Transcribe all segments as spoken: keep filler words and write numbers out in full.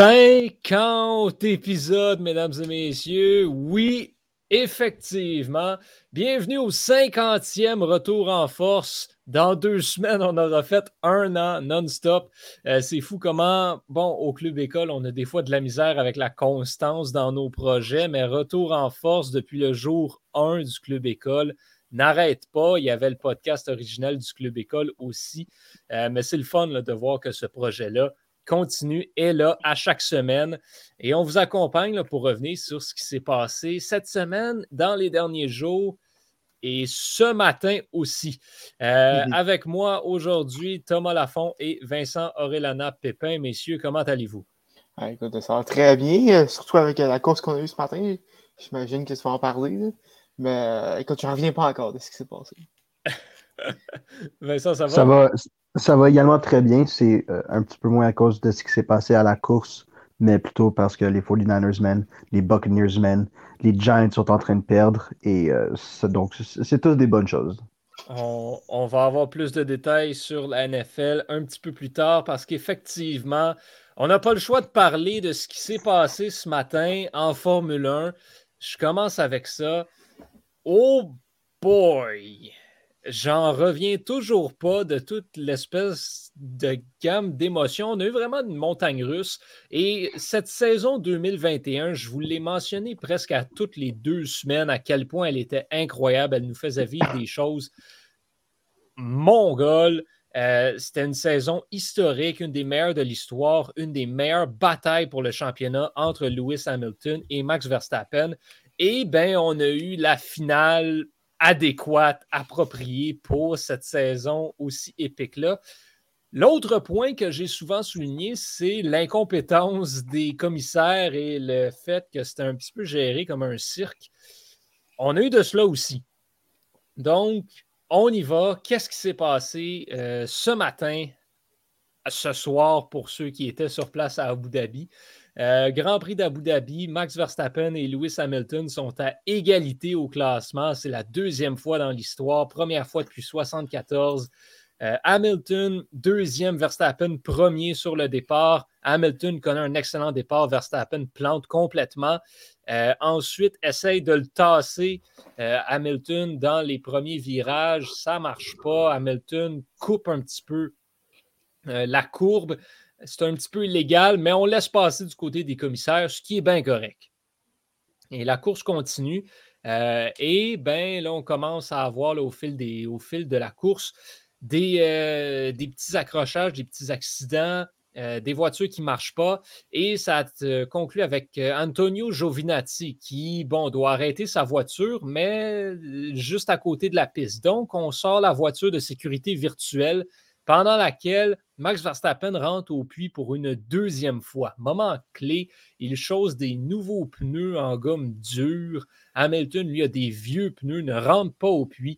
cinquante épisodes, mesdames et messieurs. Oui, effectivement. Bienvenue au cinquantième retour en force. Dans deux semaines, on aura fait un an non-stop. Euh, c'est fou comment, bon, au Club École, on a des fois de la misère avec la constance dans nos projets, mais retour en force depuis le jour un du Club École. N'arrête pas. Il y avait le podcast original du Club École aussi. Euh, mais c'est le fun là, de voir que ce projet-là continue, est là à chaque semaine. Et on vous accompagne là, pour revenir sur ce qui s'est passé cette semaine, dans les derniers jours et ce matin aussi. Euh, Mhm. avec moi aujourd'hui, Thomas Lafont et Vincent Orellana Pépin. Messieurs, comment allez-vous? Ah, écoute, ça va très bien, euh, surtout avec euh, la course qu'on a eue ce matin. J'imagine que tu vas en parler. Là. Mais euh, écoute, je ne reviens pas encore de ce qui s'est passé. Vincent, ça Ça va? va, ça va également très bien. C'est euh, un petit peu moins à cause de ce qui s'est passé à la course, mais plutôt parce que les forty-niners mènent, les Buccaneers mènent, les Giants sont en train de perdre, et euh, c'est- donc c'est c'est tous des bonnes choses. On, on va avoir plus de détails sur la N F L un petit peu plus tard parce qu'effectivement, on n'a pas le choix de parler de ce qui s'est passé ce matin en Formule un. Je commence avec ça. Oh boy! J'en reviens toujours pas de toute l'espèce de gamme d'émotions. On a eu vraiment une montagne russe. Et cette saison deux mille vingt et un, je vous l'ai mentionné presque à toutes les deux semaines à quel point elle était incroyable. Elle nous faisait vivre des choses mongoles. Euh, c'était une saison historique, une des meilleures de l'histoire, une des meilleures batailles pour le championnat entre Lewis Hamilton et Max Verstappen. Et bien, on a eu la finale adéquate, appropriée pour cette saison aussi épique-là. L'autre point que j'ai souvent souligné, c'est l'incompétence des commissaires et le fait que c'était un petit peu géré comme un cirque. On a eu de cela aussi. Donc, on y va. Qu'est-ce qui s'est passé euh, ce matin, ce soir, pour ceux qui étaient sur place à Abu Dhabi? Euh, Grand Prix d'Abu Dhabi, Max Verstappen et Lewis Hamilton sont à égalité au classement. C'est la deuxième fois dans l'histoire, première fois depuis soixante-quatorze. Euh, Hamilton, deuxième, Verstappen, premier sur le départ. Hamilton connaît un excellent départ. Verstappen plante complètement. Euh, ensuite, essaye de le tasser. Euh, Hamilton dans les premiers virages. Ça ne marche pas. Hamilton coupe un petit peu euh, la courbe. C'est un petit peu illégal, mais on laisse passer du côté des commissaires, ce qui est bien correct. Et la course continue. Euh, et ben là, on commence à avoir là, au, fil des, au fil de la course des, euh, des petits accrochages, des petits accidents, euh, des voitures qui ne marchent pas. Et ça te conclut avec euh, Antonio Giovinazzi qui, bon, doit arrêter sa voiture, mais juste à côté de la piste. Donc, on sort la voiture de sécurité virtuelle pendant laquelle Max Verstappen rentre au puits pour une deuxième fois. Moment clé, il chausse des nouveaux pneus en gomme dure. Hamilton, lui, a des vieux pneus, ne rentre pas au puits.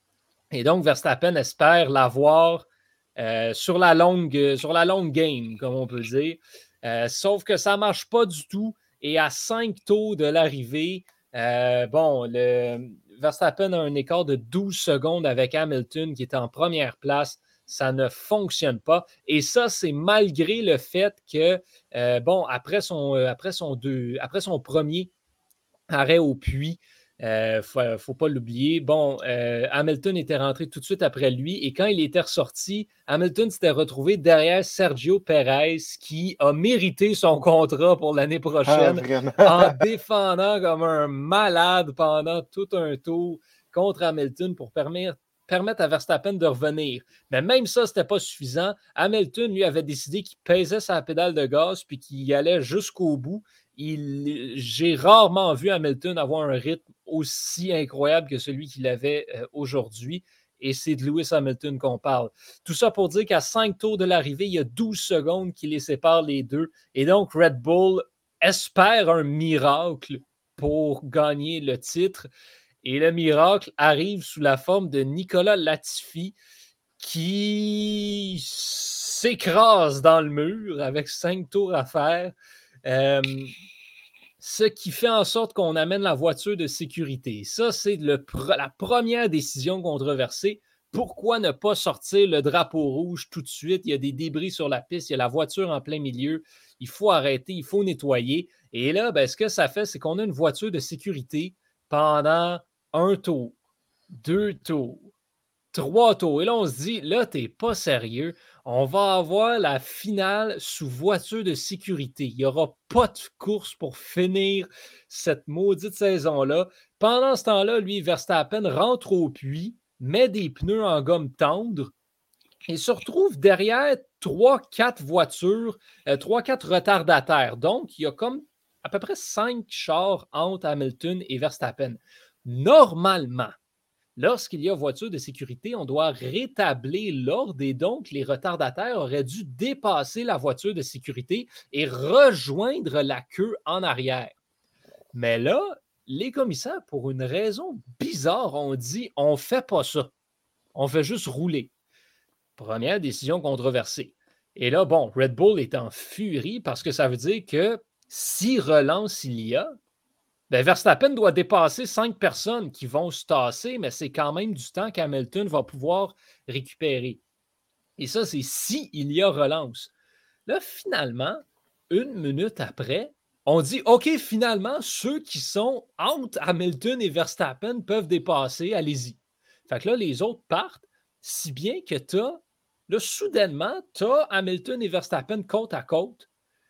Et donc, Verstappen espère l'avoir euh, sur, la longue, sur la longue game, comme on peut dire. Euh, sauf que ça ne marche pas du tout. Et à cinq tours de l'arrivée, euh, bon, le, Verstappen a un écart de douze secondes avec Hamilton qui est en première place. Ça ne fonctionne pas. Et ça, c'est malgré le fait que, euh, bon, après son, euh, après, son deux, après son premier arrêt au puits, il euh, ne faut, faut pas l'oublier. Bon, euh, Hamilton était rentré tout de suite après lui et quand il était ressorti, Hamilton s'était retrouvé derrière Sergio Perez qui a mérité son contrat pour l'année Ah, prochaine vraiment. en défendant comme un malade pendant tout un tour contre Hamilton pour permettre permettre à Verstappen de revenir. Mais même ça, ce n'était pas suffisant. Hamilton, lui, avait décidé qu'il pesait sa pédale de gaz puis qu'il allait jusqu'au bout. Il, j'ai rarement vu Hamilton avoir un rythme aussi incroyable que celui qu'il avait euh, aujourd'hui. Et c'est de Lewis Hamilton qu'on parle. Tout ça pour dire qu'à cinq tours de l'arrivée, il y a douze secondes qui les séparent les deux. Et donc, Red Bull espère un miracle pour gagner le titre. Et le miracle arrive sous la forme de Nicolas Latifi qui s'écrase dans le mur avec cinq tours à faire. Euh, ce qui fait en sorte qu'on amène la voiture de sécurité. Ça, c'est le, la première décision controversée. pourquoi ne pas sortir le drapeau rouge tout de suite? Il y a des débris sur la piste, il y a la voiture en plein milieu. Il faut arrêter, il faut nettoyer. Et là, ben, ce que ça fait, c'est qu'on a une voiture de sécurité pendant un tour, deux tours, trois tours. Et là, on se dit, là, t'es pas sérieux. On va avoir la finale sous voiture de sécurité. Il n'y aura pas de course pour finir cette maudite saison-là. Pendant ce temps-là, lui, Verstappen rentre au puits, met des pneus en gomme tendre et se retrouve derrière trois quatre voitures, euh, trois quatre retardataires. Donc, il y a comme à peu près cinq chars entre Hamilton et Verstappen. Normalement, lorsqu'il y a voiture de sécurité, on doit rétablir l'ordre et donc les retardataires auraient dû dépasser la voiture de sécurité et rejoindre la queue en arrière. Mais là, les commissaires, pour une raison bizarre, ont dit « on ne fait pas ça. On fait juste rouler ». Première décision controversée. Et là, bon, Red Bull est en furie parce que ça veut dire que si relance il y a, ben Verstappen doit dépasser cinq personnes qui vont se tasser, mais c'est quand même du temps qu'Hamilton va pouvoir récupérer. Et ça, c'est si il y a relance. Là, finalement, une minute après, on dit « OK, finalement, ceux qui sont entre Hamilton et Verstappen peuvent dépasser, allez-y. » Fait que là, les autres partent, si bien que tu as, là, soudainement, tu as Hamilton et Verstappen côte à côte,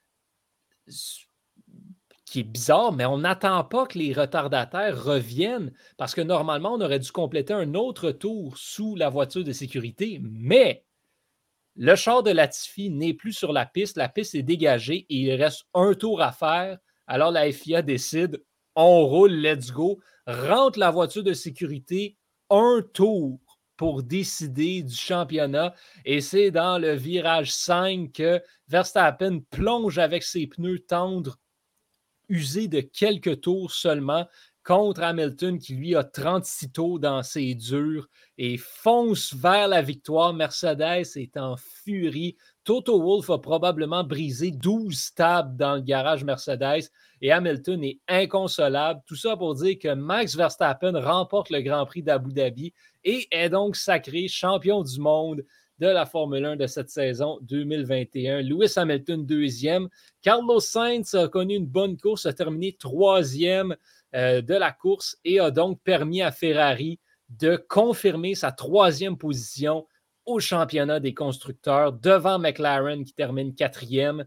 qui est bizarre, mais on n'attend pas que les retardataires reviennent parce que normalement, on aurait dû compléter un autre tour sous la voiture de sécurité, mais le char de Latifi n'est plus sur la piste, la piste est dégagée et il reste un tour à faire. Alors la F I A décide, on roule, let's go, rentre la voiture de sécurité un tour pour décider du championnat et c'est dans le virage cinq que Verstappen plonge avec ses pneus tendres usés de quelques tours seulement contre Hamilton qui, lui, a trente-six tours dans ses durs et fonce vers la victoire. Mercedes est en furie. Toto Wolff a probablement brisé douze tables dans le garage Mercedes et Hamilton est inconsolable. Tout ça pour dire que Max Verstappen remporte le Grand Prix d'Abu Dhabi et est donc sacré champion du monde de la Formule un de cette saison deux mille vingt et un. Lewis Hamilton, deuxième. Carlos Sainz a connu une bonne course, a terminé troisième euh, de la course et a donc permis à Ferrari de confirmer sa troisième position au championnat des constructeurs devant McLaren qui termine quatrième.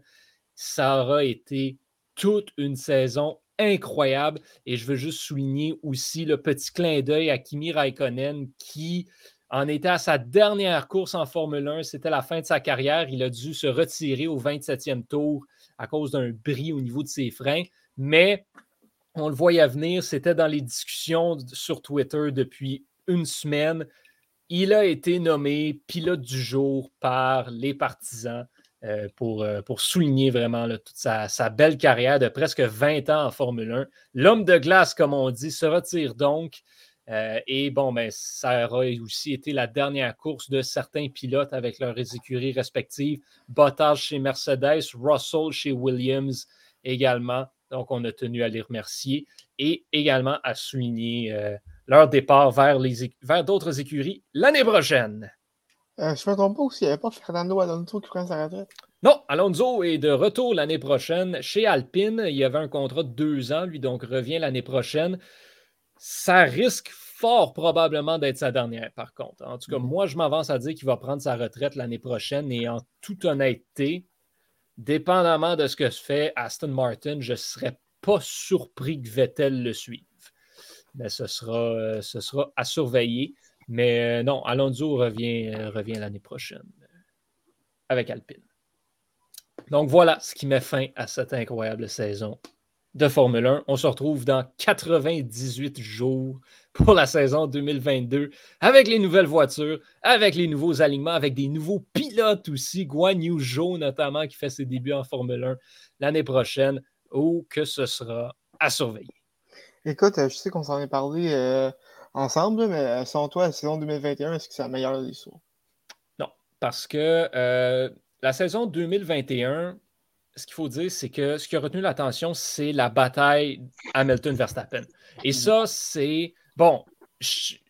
Ça aura été toute une saison incroyable et je veux juste souligner aussi le petit clin d'œil à Kimi Raikkonen qui en était à sa dernière course en Formule un. C'était la fin de sa carrière. Il a dû se retirer au vingt-septième tour à cause d'un bris au niveau de ses freins. Mais on le voyait venir. C'était dans les discussions sur Twitter depuis une semaine. Il a été nommé pilote du jour par les partisans euh, pour, euh, pour souligner vraiment là, toute sa, sa belle carrière de presque vingt ans en Formule un. L'homme de glace, comme on dit, se retire donc. Euh, et bon, ben, ça aura aussi été la dernière course de certains pilotes avec leurs écuries respectives. Bottas chez Mercedes, Russell chez Williams également. Donc, on a tenu à les remercier et également à souligner euh, leur départ vers, les, vers d'autres écuries l'année prochaine. Euh, je ne me trompe pas aussi, il n'y avait pas Fernando Alonso qui prend sa retraite? Non, Alonso est de retour l'année prochaine chez Alpine. Il y avait un contrat de deux ans, lui, donc revient l'année prochaine. Ça risque fort probablement d'être sa dernière, par contre. En tout cas, moi, je m'avance à dire qu'il va prendre sa retraite l'année prochaine et en toute honnêteté, dépendamment de ce que se fait Aston Martin, je ne serais pas surpris que Vettel le suive. Mais ce sera, euh, ce sera à surveiller. Mais euh, non, Alonso revient, euh, revient l'année prochaine euh, avec Alpine. Donc voilà ce qui met fin à cette incroyable saison de Formule un. On se retrouve dans quatre-vingt-dix-huit jours pour la saison deux mille vingt-deux avec les nouvelles voitures, avec les nouveaux alignements, avec des nouveaux pilotes aussi. Guan Yu Zhou notamment qui fait ses débuts en Formule un l'année prochaine ou que ce sera à surveiller. Écoute, je sais qu'on s'en est parlé euh, ensemble, mais selon toi, la saison deux mille vingt et un, est-ce que c'est la meilleure des l'histoire? Non, parce que euh, la saison deux mille vingt et un, ce qu'il faut dire, c'est que ce qui a retenu l'attention, c'est la bataille Hamilton-Verstappen. Et ça, c'est... Bon, je,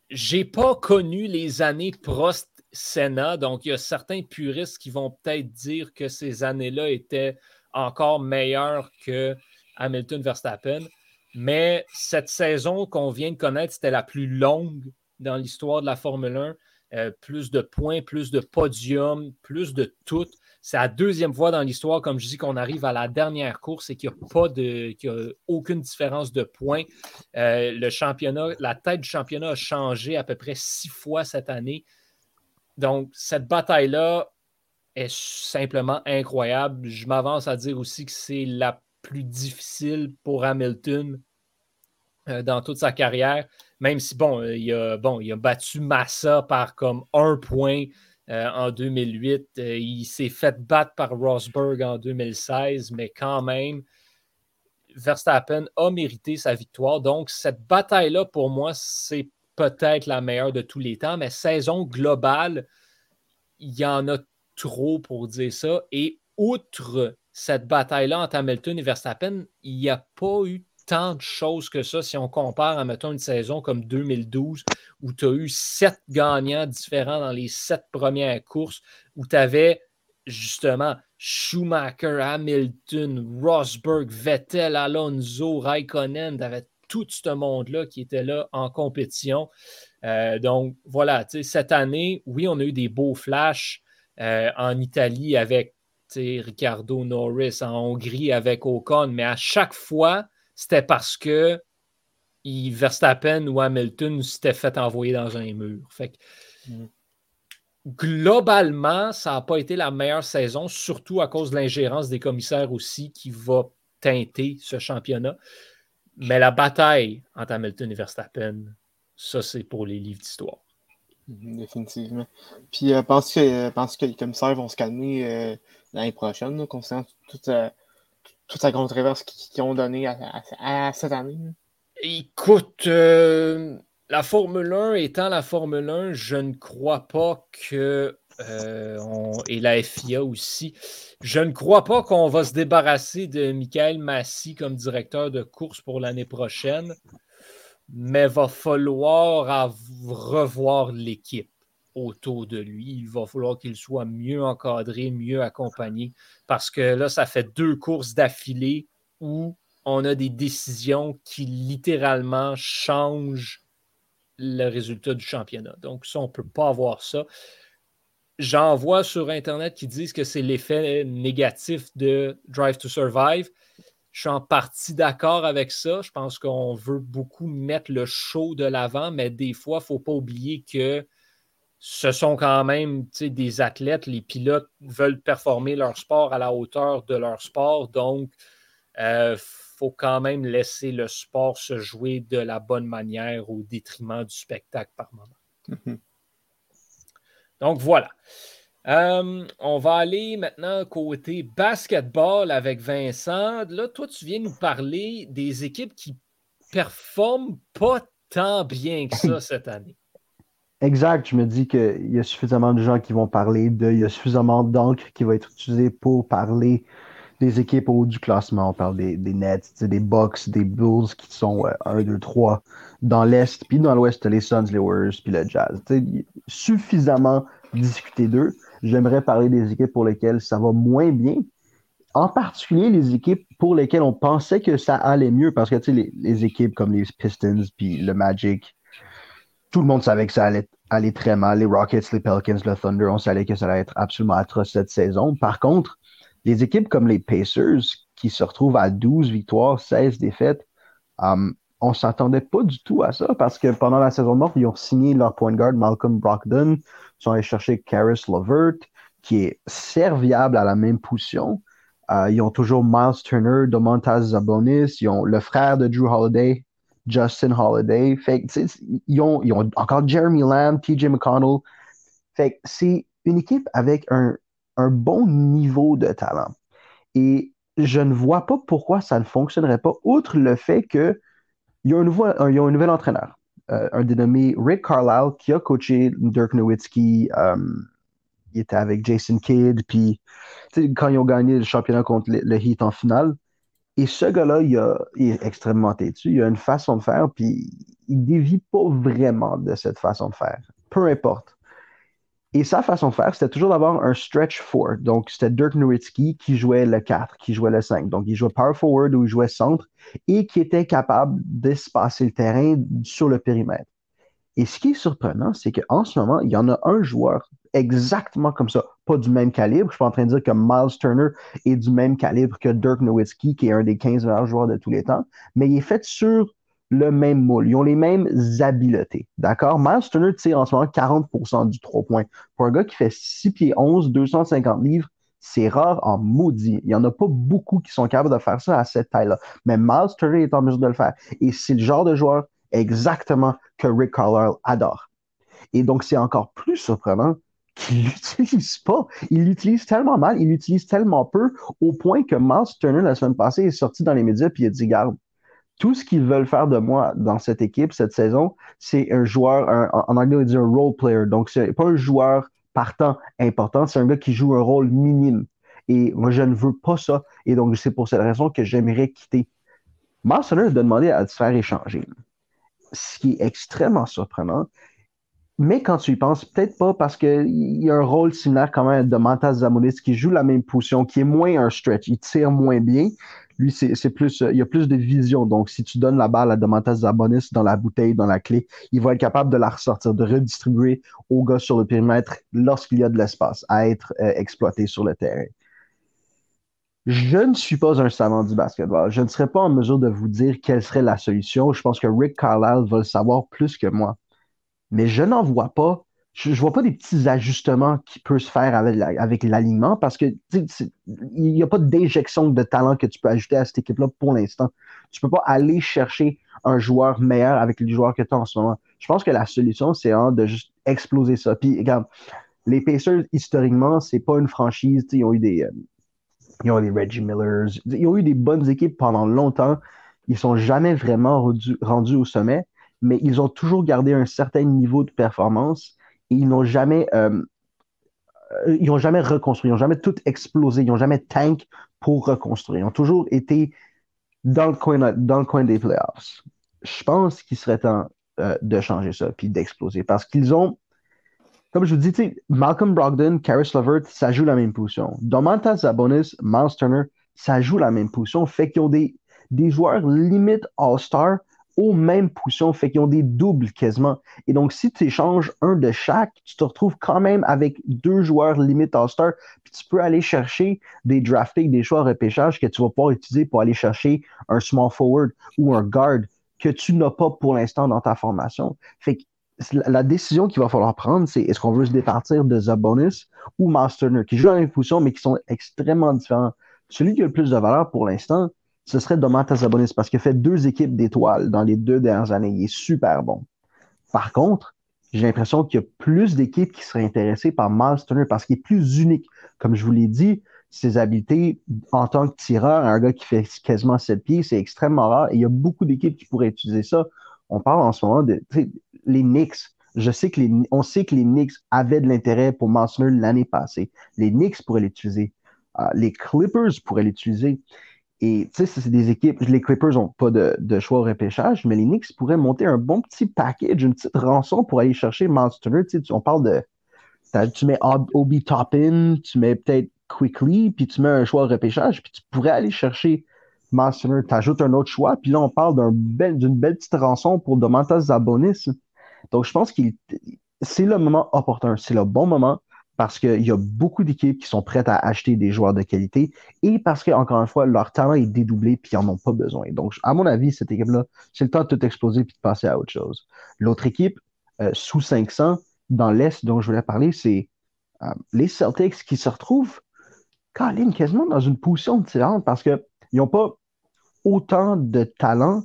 j'ai pas connu les années Prost-Senna, donc il y a certains puristes qui vont peut-être dire que ces années-là étaient encore meilleures que Hamilton-Verstappen, mais cette saison qu'on vient de connaître, c'était la plus longue dans l'histoire de la Formule un. Euh, plus de points, plus de podiums, plus de tout. C'est la deuxième fois dans l'histoire, comme je dis, qu'on arrive à la dernière course et qu'il n'y a pas de, qu'il n'y a aucune différence de points. Euh, le championnat, la tête du championnat a changé à peu près six fois cette année. Donc, cette bataille-là est simplement incroyable. Je m'avance à dire aussi que c'est la plus difficile pour Hamilton euh, dans toute sa carrière. Même si, bon, euh, il a, bon, il a battu Massa par comme un point euh, en deux mille huit. Euh, il s'est fait battre par Rosberg en deux mille seize, mais quand même, Verstappen a mérité sa victoire. Donc, cette bataille-là, pour moi, c'est peut-être la meilleure de tous les temps, mais saison globale, il y en a trop pour dire ça. Et outre cette bataille-là entre Hamilton et Verstappen, il n'y a pas eu tant de choses que ça si on compare à, mettons, une saison comme deux mille douze où tu as eu sept gagnants différents dans les sept premières courses, où tu avais justement Schumacher, Hamilton, Rosberg, Vettel, Alonso, Raikkonen, tu avais tout ce monde-là qui était là en compétition. Euh, donc, voilà, cette année, oui, on a eu des beaux flashs euh, en Italie avec Ricardo Norris, en Hongrie avec Ocon, mais à chaque fois, c'était parce que il, Verstappen ou Hamilton s'était fait envoyer dans un mur. Fait que, mm. Globalement, ça n'a pas été la meilleure saison, surtout à cause de l'ingérence des commissaires aussi qui va teinter ce championnat. Mais la bataille entre Hamilton et Verstappen, ça, c'est pour les livres d'histoire. Définitivement. Puis, euh, pense que, euh, pense que les commissaires vont se calmer euh, l'année prochaine, là, concernant toute, euh, toute la controverse qu'ils ont donnée à, à, à cette année. Là. Écoute, euh, la Formule un étant la Formule un, je ne crois pas que, euh, on, et la F I A aussi, je ne crois pas qu'on va se débarrasser de Michael Massey comme directeur de course pour l'année prochaine, mais va falloir revoir l'équipe autour de lui. Il va falloir qu'il soit mieux encadré, mieux accompagné, parce que là, ça fait deux courses d'affilée où on a des décisions qui littéralement changent le résultat du championnat. Donc ça, on ne peut pas avoir ça. J'en vois sur Internet qui disent que c'est l'effet négatif de Drive to Survive. Je suis en partie d'accord avec ça. Je pense qu'on veut beaucoup mettre le show de l'avant, mais des fois, il ne faut pas oublier que ce sont quand même des athlètes. Les pilotes veulent performer leur sport à la hauteur de leur sport. Donc, il euh, faut quand même laisser le sport se jouer de la bonne manière au détriment du spectacle par moment. Mm-hmm. Donc, voilà. Euh, on va aller maintenant côté basketball avec Vincent. Là, toi, tu viens nous parler des équipes qui performent pas tant bien que ça cette année. Exact. Je me dis qu'il y a suffisamment de gens qui vont parler de... Il y a suffisamment d'encre qui va être utilisée pour parler des équipes au haut du classement. On parle des, des Nets, des Bucks, des Bulls qui sont euh, un, deux, trois dans l'Est. Puis dans l'Ouest, les Suns, les Warriors, puis le Jazz. T'sais, suffisamment discuter d'eux. J'aimerais parler des équipes pour lesquelles ça va moins bien. En particulier, les équipes pour lesquelles on pensait que ça allait mieux. Parce que les, les équipes comme les Pistons puis le Magic, tout le monde savait que ça allait aller très mal. Les Rockets, les Pelicans, le Thunder, on savait que ça allait être absolument atroce cette saison. Par contre, les équipes comme les Pacers, qui se retrouvent à douze victoires, seize défaites, um, on ne s'attendait pas du tout à ça parce que pendant la saison morte, ils ont signé leur point guard Malcolm Brogdon, ils sont allés chercher Caris LeVert, qui est serviable à la même position. Uh, ils ont toujours Miles Turner, Domantas Sabonis, ils ont le frère de Drew Holiday, Justin Holiday. Fait que, ils, ont, ils ont encore Jeremy Lamb, T J McConnell. Fait que c'est une équipe avec un un bon niveau de talent. Et je ne vois pas pourquoi ça ne fonctionnerait pas, outre le fait qu'il y a un, nouveau, un, y a un nouvel entraîneur, euh, un dénommé Rick Carlisle, qui a coaché Dirk Nowitzki. Um, il était avec Jason Kidd, puis quand ils ont gagné le championnat contre le, le Heat en finale. Et ce gars-là, il, a, il est extrêmement têtu. Il a une façon de faire, puis il dévie pas vraiment de cette façon de faire. Peu importe. Et sa façon de faire, c'était toujours d'avoir un stretch four. Donc, c'était Dirk Nowitzki qui jouait le quatre, qui jouait le cinq. Donc, il jouait power forward ou il jouait centre et qui était capable d'espacer le terrain sur le périmètre. Et ce qui est surprenant, c'est qu'en ce moment, il y en a un joueur exactement comme ça, pas du même calibre. Je ne suis pas en train de dire que Miles Turner est du même calibre que Dirk Nowitzki, qui est un des quinze meilleurs joueurs de tous les temps, mais il est fait sur le même moule. Ils ont les mêmes habiletés. D'accord? Miles Turner tire en ce moment quarante pour cent du trois points. Pour un gars qui fait six pieds onze, deux cent cinquante livres, c'est rare en maudit. Il n'y en a pas beaucoup qui sont capables de faire ça à cette taille-là. Mais Miles Turner est en mesure de le faire. Et c'est le genre de joueur exactement que Rick Carlisle adore. Et donc, c'est encore plus surprenant qu'il l'utilise pas. Il l'utilise tellement mal, il l'utilise tellement peu, au point que Miles Turner, la semaine passée, est sorti dans les médias et il a dit, garde, tout ce qu'ils veulent faire de moi dans cette équipe, cette saison, c'est un joueur, un, en anglais, on dit un role player. Donc, c'est pas un joueur partant important, c'est un gars qui joue un rôle minime. Et moi, je ne veux pas ça. Et donc, c'est pour cette raison que j'aimerais quitter. Miles Turner a demandé à se faire échanger. Ce qui est extrêmement surprenant. Mais quand tu y penses, peut-être pas parce qu'il y a un rôle similaire quand même de Domantas Sabonis qui joue la même position, qui est moins un stretch, il tire moins bien. Lui, c'est, c'est plus, il y a plus de vision. Donc, si tu donnes la balle à Domantas Sabonis dans la bouteille, dans la clé, il va être capable de la ressortir, de redistribuer aux gars sur le périmètre lorsqu'il y a de l'espace à être euh, exploité sur le terrain. Je ne suis pas un savant du basketball. Je ne serais pas en mesure de vous dire quelle serait la solution. Je pense que Rick Carlisle va le savoir plus que moi. Mais je n'en vois pas. Je ne vois pas des petits ajustements qui peuvent se faire avec, la, avec l'alignement parce que il n'y a pas d'injection de talent que tu peux ajouter à cette équipe-là pour l'instant. Tu ne peux pas aller chercher un joueur meilleur avec les joueurs que tu as en ce moment. Je pense que la solution, c'est hein, de juste exploser ça. Puis, regarde, les Pacers, historiquement, c'est pas une franchise. Ils ont eu des, euh, ils ont eu des Reggie Millers. Ils ont eu des bonnes équipes pendant longtemps. Ils ne sont jamais vraiment rendus, rendus au sommet, mais ils ont toujours gardé un certain niveau de performance et ils n'ont jamais, euh, ils n'ont jamais reconstruit, ils n'ont jamais tout explosé, ils n'ont jamais tank pour reconstruire. Ils ont toujours été dans le coin, dans le coin des playoffs. Je pense qu'il serait temps euh, de changer ça puis d'exploser parce qu'ils ont, comme je vous dis, Malcolm Brogdon, Caris LeVert, ça joue la même position. Domantas Sabonis, Miles Turner, ça joue la même position. Fait qu'ils ont des, des joueurs limite All-Star aux mêmes positions, fait qu'ils ont des doubles quasiment. Et donc, si tu échanges un de chaque, tu te retrouves quand même avec deux joueurs limite All-Star, puis tu peux aller chercher des draft picks, des choix repêchage que tu vas pouvoir utiliser pour aller chercher un small forward ou un guard que tu n'as pas pour l'instant dans ta formation. Fait que la décision qu'il va falloir prendre, c'est est-ce qu'on veut se départir de Sabonis ou Miles Turner, qui jouent dans la même position, mais qui sont extrêmement différents. Celui qui a le plus de valeur pour l'instant, ce serait Domantas Sabonis parce qu'il a fait deux équipes d'étoiles dans les deux dernières années. Il est super bon. Par contre, j'ai l'impression qu'il y a plus d'équipes qui seraient intéressées par Miles Turner parce qu'il est plus unique. Comme je vous l'ai dit, ses habiletés en tant que tireur, un gars qui fait quasiment sept pieds, c'est extrêmement rare et il y a beaucoup d'équipes qui pourraient utiliser ça. On parle en ce moment de les Knicks. Je sais que les, on sait que les Knicks avaient de l'intérêt pour Miles Turner l'année passée. Les Knicks pourraient l'utiliser. Uh, les Clippers pourraient l'utiliser. Et tu sais, c'est des équipes, les Clippers n'ont pas de, de choix au repêchage, mais les Knicks pourraient monter un bon petit package, une petite rançon pour aller chercher Miles Turner. Tu sais, on parle de, tu mets Obi Toppin, tu mets peut-être Quickly, puis tu mets un choix au repêchage, puis tu pourrais aller chercher Miles Turner, tu ajoutes un autre choix, puis là, on parle d'un bel, d'une belle petite rançon pour Domantas Sabonis. Donc, je pense que c'est le moment opportun, c'est le bon moment, parce qu'il y a beaucoup d'équipes qui sont prêtes à acheter des joueurs de qualité et parce que, encore une fois, leur talent est dédoublé puis ils n'en ont pas besoin. Donc, à mon avis, cette équipe-là, c'est le temps de tout exploser puis de passer à autre chose. L'autre équipe, euh, sous cinq cents, dans l'Est dont je voulais parler, c'est euh, les Celtics qui se retrouvent, Colin, quasiment dans une position différente parce qu'ils n'ont pas autant de talent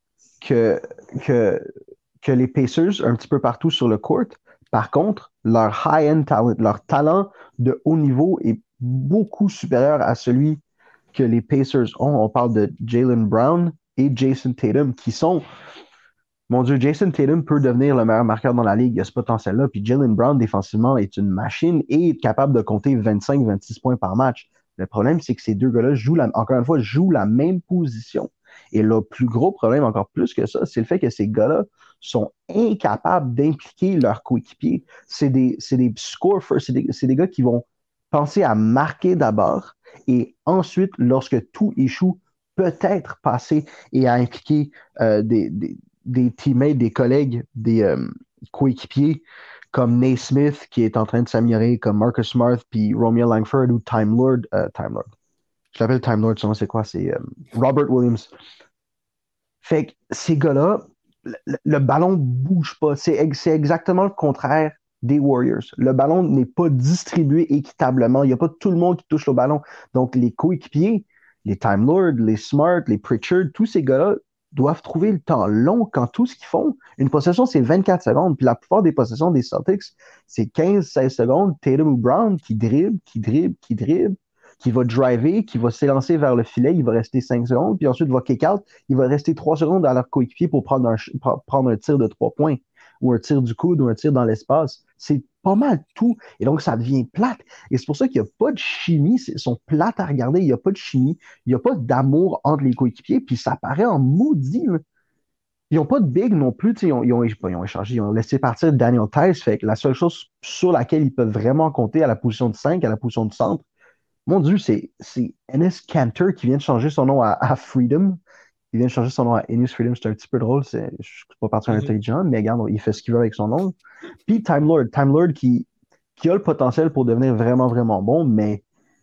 que, que, que les Pacers un petit peu partout sur le court. Par contre, leur high-end talent, leur talent de haut niveau est beaucoup supérieur à celui que les Pacers ont. On parle de Jaylen Brown et Jason Tatum qui sont... Mon Dieu, Jason Tatum peut devenir le meilleur marqueur dans la ligue. Il y a ce potentiel-là. Puis Jaylen Brown, défensivement, est une machine et est capable de compter vingt-cinq à vingt-six points par match. Le problème, c'est que ces deux gars-là jouent, la, encore une fois, jouent la même position. Et le plus gros problème, encore plus que ça, c'est le fait que ces gars-là sont incapables d'impliquer leurs coéquipiers. C'est des, c'est des score first, c'est des, c'est des gars qui vont penser à marquer d'abord et ensuite, lorsque tout échoue, peut-être passer et à impliquer euh, des, des, des teammates, des collègues, des euh, coéquipiers comme Naismith qui est en train de s'améliorer, comme Marcus Smart, puis Romeo Langford ou Time Lord. Euh, Time Lord. Je l'appelle Time Lord, c'est quoi? C'est euh, Robert Williams. Fait que ces gars-là, le, le ballon bouge pas. C'est, c'est exactement le contraire des Warriors. Le ballon n'est pas distribué équitablement. Il n'y a pas tout le monde qui touche le ballon. Donc, les coéquipiers, les Time Lord, les Smart, les Pritchard, tous ces gars-là doivent trouver le temps long quand tout ce qu'ils font. Une possession, c'est vingt-quatre secondes. Puis la plupart des possessions des Celtics, c'est quinze seize secondes. Tatum ou Brown qui dribble, qui dribble, qui dribble, qui va driver, qui va s'élancer vers le filet, il va rester cinq secondes, puis ensuite va kick out, il va rester trois secondes à leur coéquipier pour prendre un, prendre un tir de trois points, ou un tir du coude, ou un tir dans l'espace. C'est pas mal tout. Et donc, ça devient plate. Et c'est pour ça qu'il n'y a pas de chimie. Ils sont plates à regarder. Il n'y a pas de chimie. Il n'y a pas d'amour entre les coéquipiers. Puis ça paraît en maudit. Là. Ils n'ont pas de big non plus. Ils ont, ils, ont, ils ont échangé. Ils ont laissé partir Daniel Tice. Fait que la seule chose sur laquelle ils peuvent vraiment compter à la position de cinq, à la position de centre, mon Dieu, c'est, c'est Enes Kanter qui vient de changer son nom à, à Freedom. Il vient de changer son nom à Enes Freedom. C'est un petit peu drôle. C'est, je ne suis pas particulièrement mm-hmm. intelligent, mais regarde, il fait ce qu'il veut avec son nom. Puis Time Lord. Time Lord qui, qui a le potentiel pour devenir vraiment, vraiment bon, mais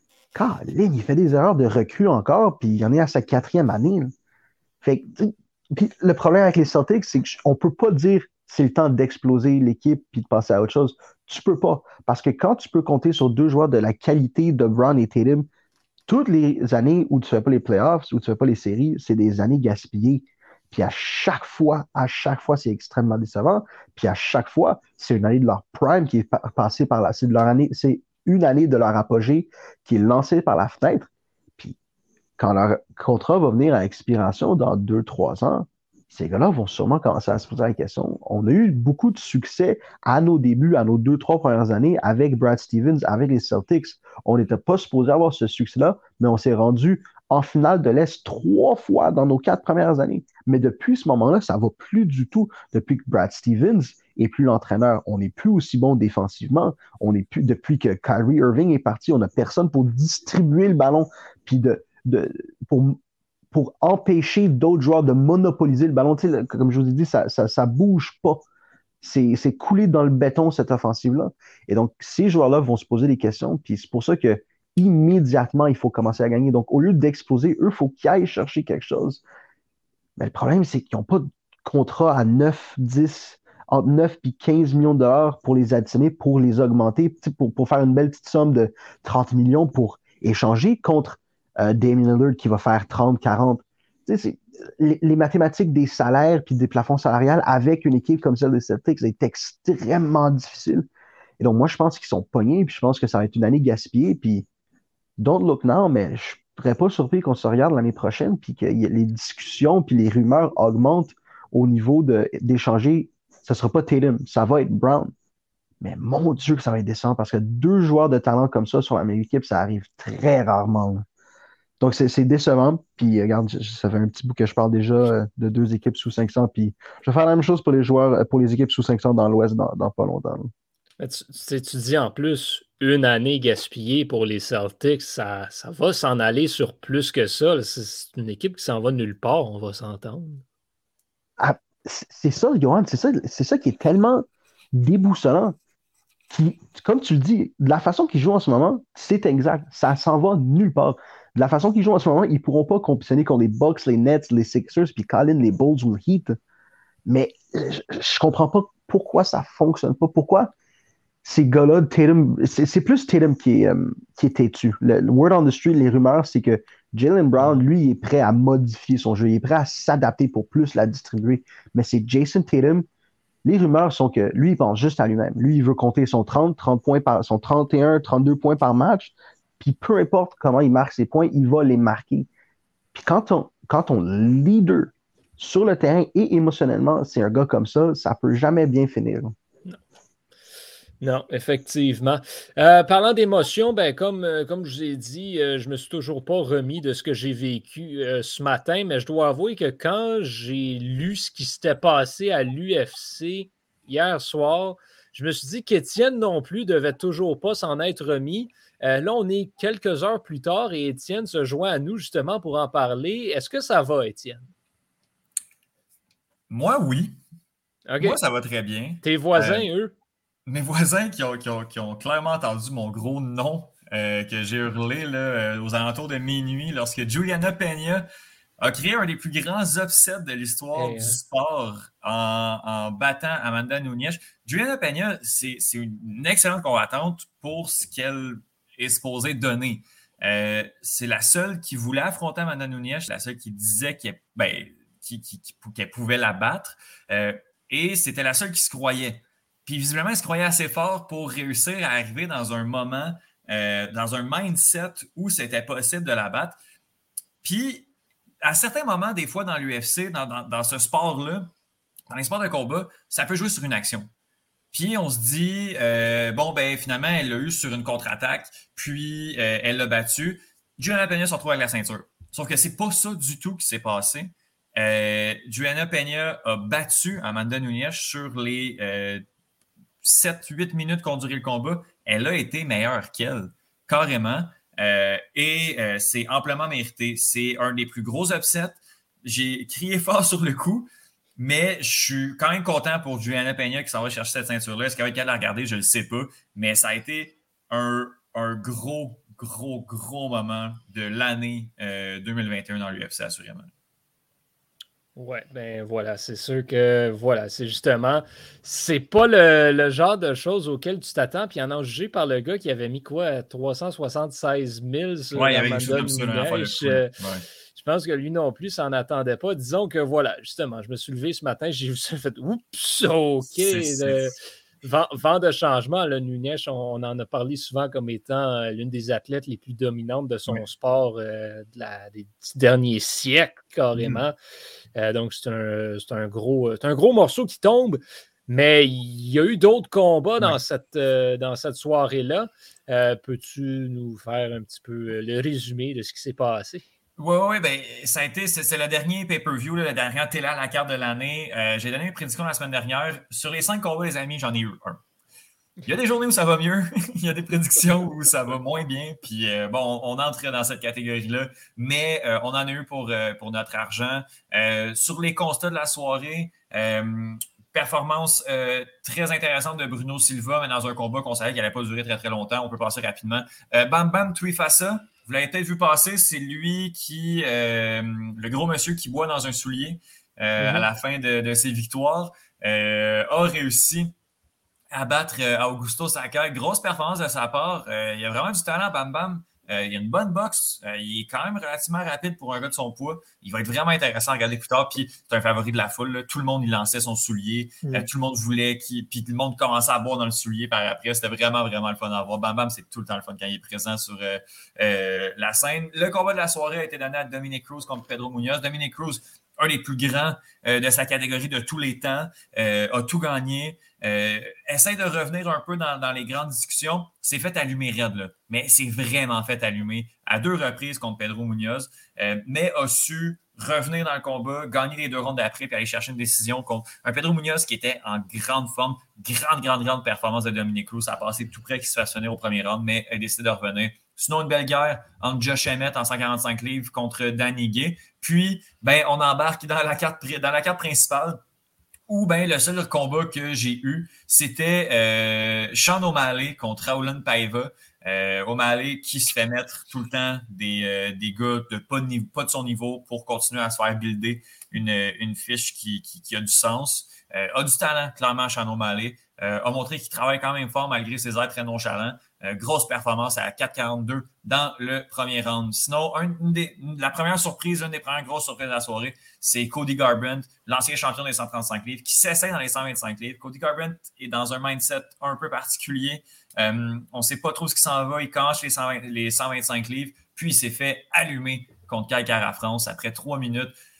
Colin, il fait des erreurs de recrue encore, puis il en est à sa quatrième année. Là. Fait que, puis le problème avec les Celtics, c'est qu'on ne peut pas dire c'est le temps d'exploser l'équipe puis de passer à autre chose. Tu peux pas. Parce que quand tu peux compter sur deux joueurs de la qualité de Brown et Tatum, toutes les années où tu ne fais pas les playoffs, où tu ne fais pas les séries, c'est des années gaspillées. Puis à chaque fois, à chaque fois, c'est extrêmement décevant. Puis à chaque fois, c'est une année de leur prime qui est pa- passée par là. C'est de leur année, c'est une année de leur apogée qui est lancée par la fenêtre. Puis quand leur contrat va venir à expiration dans deux, trois ans, ces gars-là vont sûrement commencer à se poser la question. On a eu beaucoup de succès à nos débuts, à nos deux, trois premières années avec Brad Stevens, avec les Celtics. On n'était pas supposé avoir ce succès-là, mais on s'est rendu en finale de l'Est trois fois dans nos quatre premières années. Mais depuis ce moment-là, ça ne va plus du tout. Depuis que Brad Stevens n'est plus l'entraîneur, on n'est plus aussi bon défensivement. On n'est plus, depuis que Kyrie Irving est parti, on n'a personne pour distribuer le ballon, puis de, de, pour pour empêcher d'autres joueurs de monopoliser le ballon. Tu sais, comme je vous ai dit, ça ça, ça bouge pas. C'est, c'est coulé dans le béton, cette offensive-là. Et donc, ces joueurs-là vont se poser des questions, puis c'est pour ça que immédiatement, il faut commencer à gagner. Donc, au lieu d'exploser, eux, il faut qu'ils aillent chercher quelque chose. Mais le problème, c'est qu'ils n'ont pas de contrat à neuf, dix, entre neuf et quinze millions de dollars pour les additionner, pour les augmenter, pour, pour faire une belle petite somme de trente millions pour échanger contre Euh, Damian Lillard qui va faire trente, quarante. Tu sais, c'est, les, les mathématiques des salaires puis des plafonds salariales avec une équipe comme celle des Celtics, c'est extrêmement difficile. Et donc, moi, je pense qu'ils sont pognés puis je pense que ça va être une année gaspillée. Puis, don't look now, mais je ne serais pas surpris qu'on se regarde l'année prochaine puis que les discussions puis les rumeurs augmentent au niveau de, d'échanger. Ce ne sera pas Tatum, ça va être Brown. Mais mon Dieu que ça va être décent parce que deux joueurs de talent comme ça sur la même équipe, ça arrive très rarement. Là. Donc, c'est, c'est décevant. Puis, regarde, ça fait un petit bout que je parle déjà de deux équipes sous cinq cents. Puis, je vais faire la même chose pour les joueurs, pour les équipes sous cinq cents dans l'Ouest dans, dans pas longtemps. Mais tu, tu, tu dis en plus, une année gaspillée pour les Celtics, ça, ça va s'en aller sur plus que ça. C'est une équipe qui s'en va nulle part, on va s'entendre. Ah, c'est ça, Johan, c'est ça, c'est ça qui est tellement déboussolant. Qui, comme tu le dis, de la façon qu'ils jouent en ce moment, c'est exact. Ça s'en va nulle part. De la façon qu'ils jouent en ce moment, ils ne pourront pas compétitionner contre les Bucks, les Nets, les Sixers, puis Colin, les Bulls ou le Heat. Mais je ne comprends pas pourquoi ça ne fonctionne pas. Pourquoi ces gars-là, Tatum, c'est, c'est plus Tatum qui est, um, qui est têtu. Le, le word on the street, les rumeurs, c'est que Jaylen Brown, lui, il est prêt à modifier son jeu. Il est prêt à s'adapter pour plus la distribuer. Mais c'est Jason Tatum. Les rumeurs sont que lui, il pense juste à lui-même. Lui, il veut compter son trente, trente points par, son trente et un, trente-deux points par match. Puis peu importe comment il marque ses points, il va les marquer. Puis quand ton, quand ton leader sur le terrain et émotionnellement, c'est un gars comme ça, ça peut jamais bien finir. Non. Non, effectivement. Euh, parlant d'émotions, ben, comme, euh, comme je vous ai dit, euh, je ne me suis toujours pas remis de ce que j'ai vécu euh, ce matin, mais je dois avouer que quand j'ai lu ce qui s'était passé à l'U F C hier soir, je me suis dit qu'Étienne non plus devait toujours pas s'en être remis. Euh, là, on est quelques heures plus tard et Étienne se joint à nous justement pour en parler. Est-ce que ça va, Étienne? Moi, oui. OK. Moi, ça va très bien. Tes voisins, Euh, eux? Mes voisins qui ont, qui ont, qui ont clairement entendu mon gros nom euh, que j'ai hurlé là, euh, aux alentours de minuit lorsque Juliana Peña a créé un des plus grands upsets de l'histoire Hey, du hein? sport en, en battant Amanda Nunes. Juliana Peña, c'est, c'est une excellente combattante pour ce qu'elle est supposée donner. Euh, c'est la seule qui voulait affronter Amanda Nunes, la seule qui disait qu'elle, ben, qui, qui, qui, qu'elle pouvait la battre. Euh, et c'était la seule qui se croyait. Puis visiblement, elle se croyait assez fort pour réussir à arriver dans un moment, euh, dans un mindset où c'était possible de la battre. Puis, à certains moments, des fois dans l'U F C, dans, dans, dans ce sport-là, dans les sports de combat, ça peut jouer sur une action. Puis on se dit, euh, bon, ben finalement, elle l'a eu sur une contre-attaque, puis euh, elle l'a battu. Juliana Peña se retrouve avec la ceinture. Sauf que c'est pas ça du tout qui s'est passé. Euh, Juliana Peña a battu Amanda Nunes sur les euh, sept huit minutes qu'ont duré le combat. Elle a été meilleure qu'elle, carrément. Euh, et euh, c'est amplement mérité. C'est un des plus gros upsets. J'ai crié fort sur le coup, mais je suis quand même content pour Juliana Peña qui s'en va chercher cette ceinture-là. Est-ce qu'elle va être capable de la regarder? Je ne le sais pas. Mais ça a été un, un gros, gros, gros moment de l'année euh, deux mille vingt et un dans l'U F C, assurément. Ouais, ben voilà, c'est sûr que voilà, c'est justement, c'est pas le, le genre de choses auxquelles tu t'attends. Puis en en jugé par le gars qui avait mis quoi, trois cent soixante-seize mille sur Ouais, il y avait quelque chose Amanda comme ça la dernière fois, Nunes. le Je, coup. Ouais. je pense que lui non plus s'en attendait pas. Disons que voilà, justement, je me suis levé ce matin, j'ai vu ça, fait oups, OK. C'est, c'est... Le, vent, vent de changement, là, Nunes, on, on en a parlé souvent comme étant euh, l'une des athlètes les plus dominantes de son Ouais. sport euh, de la, des derniers siècles, carrément. Mm. Euh, donc, c'est un, c'est, un gros, c'est un gros morceau qui tombe, mais il y a eu d'autres combats dans, Ouais. cette, euh, dans cette soirée-là. Euh, peux-tu nous faire un petit peu le résumé de ce qui s'est passé? Oui, oui, ben, ça a été, c'est, c'est le dernier pay-per-view, là, la dernière télé à la carte de l'année. Euh, j'ai donné une prédiction la semaine dernière. Sur les cinq combats, les amis, j'en ai eu un. Il y a des journées où ça va mieux, il y a des prédictions où ça va moins bien. Puis euh, bon, on, on entre dans cette catégorie-là, mais euh, on en a eu pour, euh, pour notre argent. Euh, sur les constats de la soirée, euh, performance euh, très intéressante de Bruno Silva, mais dans un combat qu'on savait qu'il n'allait pas durer très très longtemps. On peut passer rapidement. Euh, Bam Bam Tuifasa, vous l'avez peut-être vu passer, c'est lui qui, euh, le gros monsieur qui boit dans un soulier euh, mm-hmm. à la fin de, de ses victoires, euh, a réussi à battre euh, Augusto Sakai. Grosse performance de sa part. Euh, il y a vraiment du talent, Bam Bam. Euh, il a une bonne boxe. Euh, il est quand même relativement rapide pour un gars de son poids. Il va être vraiment intéressant à regarder plus tard. Puis c'est un favori de la foule. Là. Tout le monde, il lançait son soulier. Mm. Euh, tout le monde voulait qu'il... Puis tout le monde commençait à boire dans le soulier par après. C'était vraiment, vraiment le fun à voir. Bam Bam, c'est tout le temps le fun quand il est présent sur euh, euh, la scène. Le combat de la soirée a été donné à Dominic Cruz contre Pedro Munoz. Dominic Cruz, un des plus grands euh, de sa catégorie de tous les temps, euh, a tout gagné. Euh, essaye de revenir un peu dans, dans les grandes discussions. C'est fait allumer raide, là. Mais c'est vraiment fait allumer à deux reprises contre Pedro Munoz, euh, mais a su revenir dans le combat, gagner les deux rondes d'après, puis aller chercher une décision contre un Pedro Munoz qui était en grande forme. Grande, grande, grande performance de Dominic Cruz. Ça a passé tout près qu'il se fasse finir au premier round, mais a décidé de revenir. Sinon, une belle guerre entre Josh Emmett en cent quarante-cinq livres contre Danny Gay. Puis, ben, on embarque dans la carte, dans la carte principale où ben, le seul combat que j'ai eu, c'était euh, Sean O'Malley contre Raulian Paiva. Euh, O'Malley qui se fait mettre tout le temps des, euh, des gars de pas de, niveau, pas de son niveau pour continuer à se faire builder une, une fiche qui, qui, qui a du sens. Euh, a du talent, clairement, Sean O'Malley. Euh, a montré qu'il travaille quand même fort malgré ses airs très nonchalants. Euh, grosse performance à quatre quarante-deux dans le premier round. Sinon, un, une des, une, la première surprise, une des premières grosses surprises de la soirée, c'est Cody Garbrandt, l'ancien champion des cent trente-cinq livres, qui s'essaie dans les cent vingt-cinq livres. Cody Garbrandt est dans un mindset un peu particulier. Euh, on ne sait pas trop ce qui s'en va. Il cache les, cent vingt, les cent vingt-cinq livres, puis il s'est fait allumer contre Kai Kara-France après trois minutes.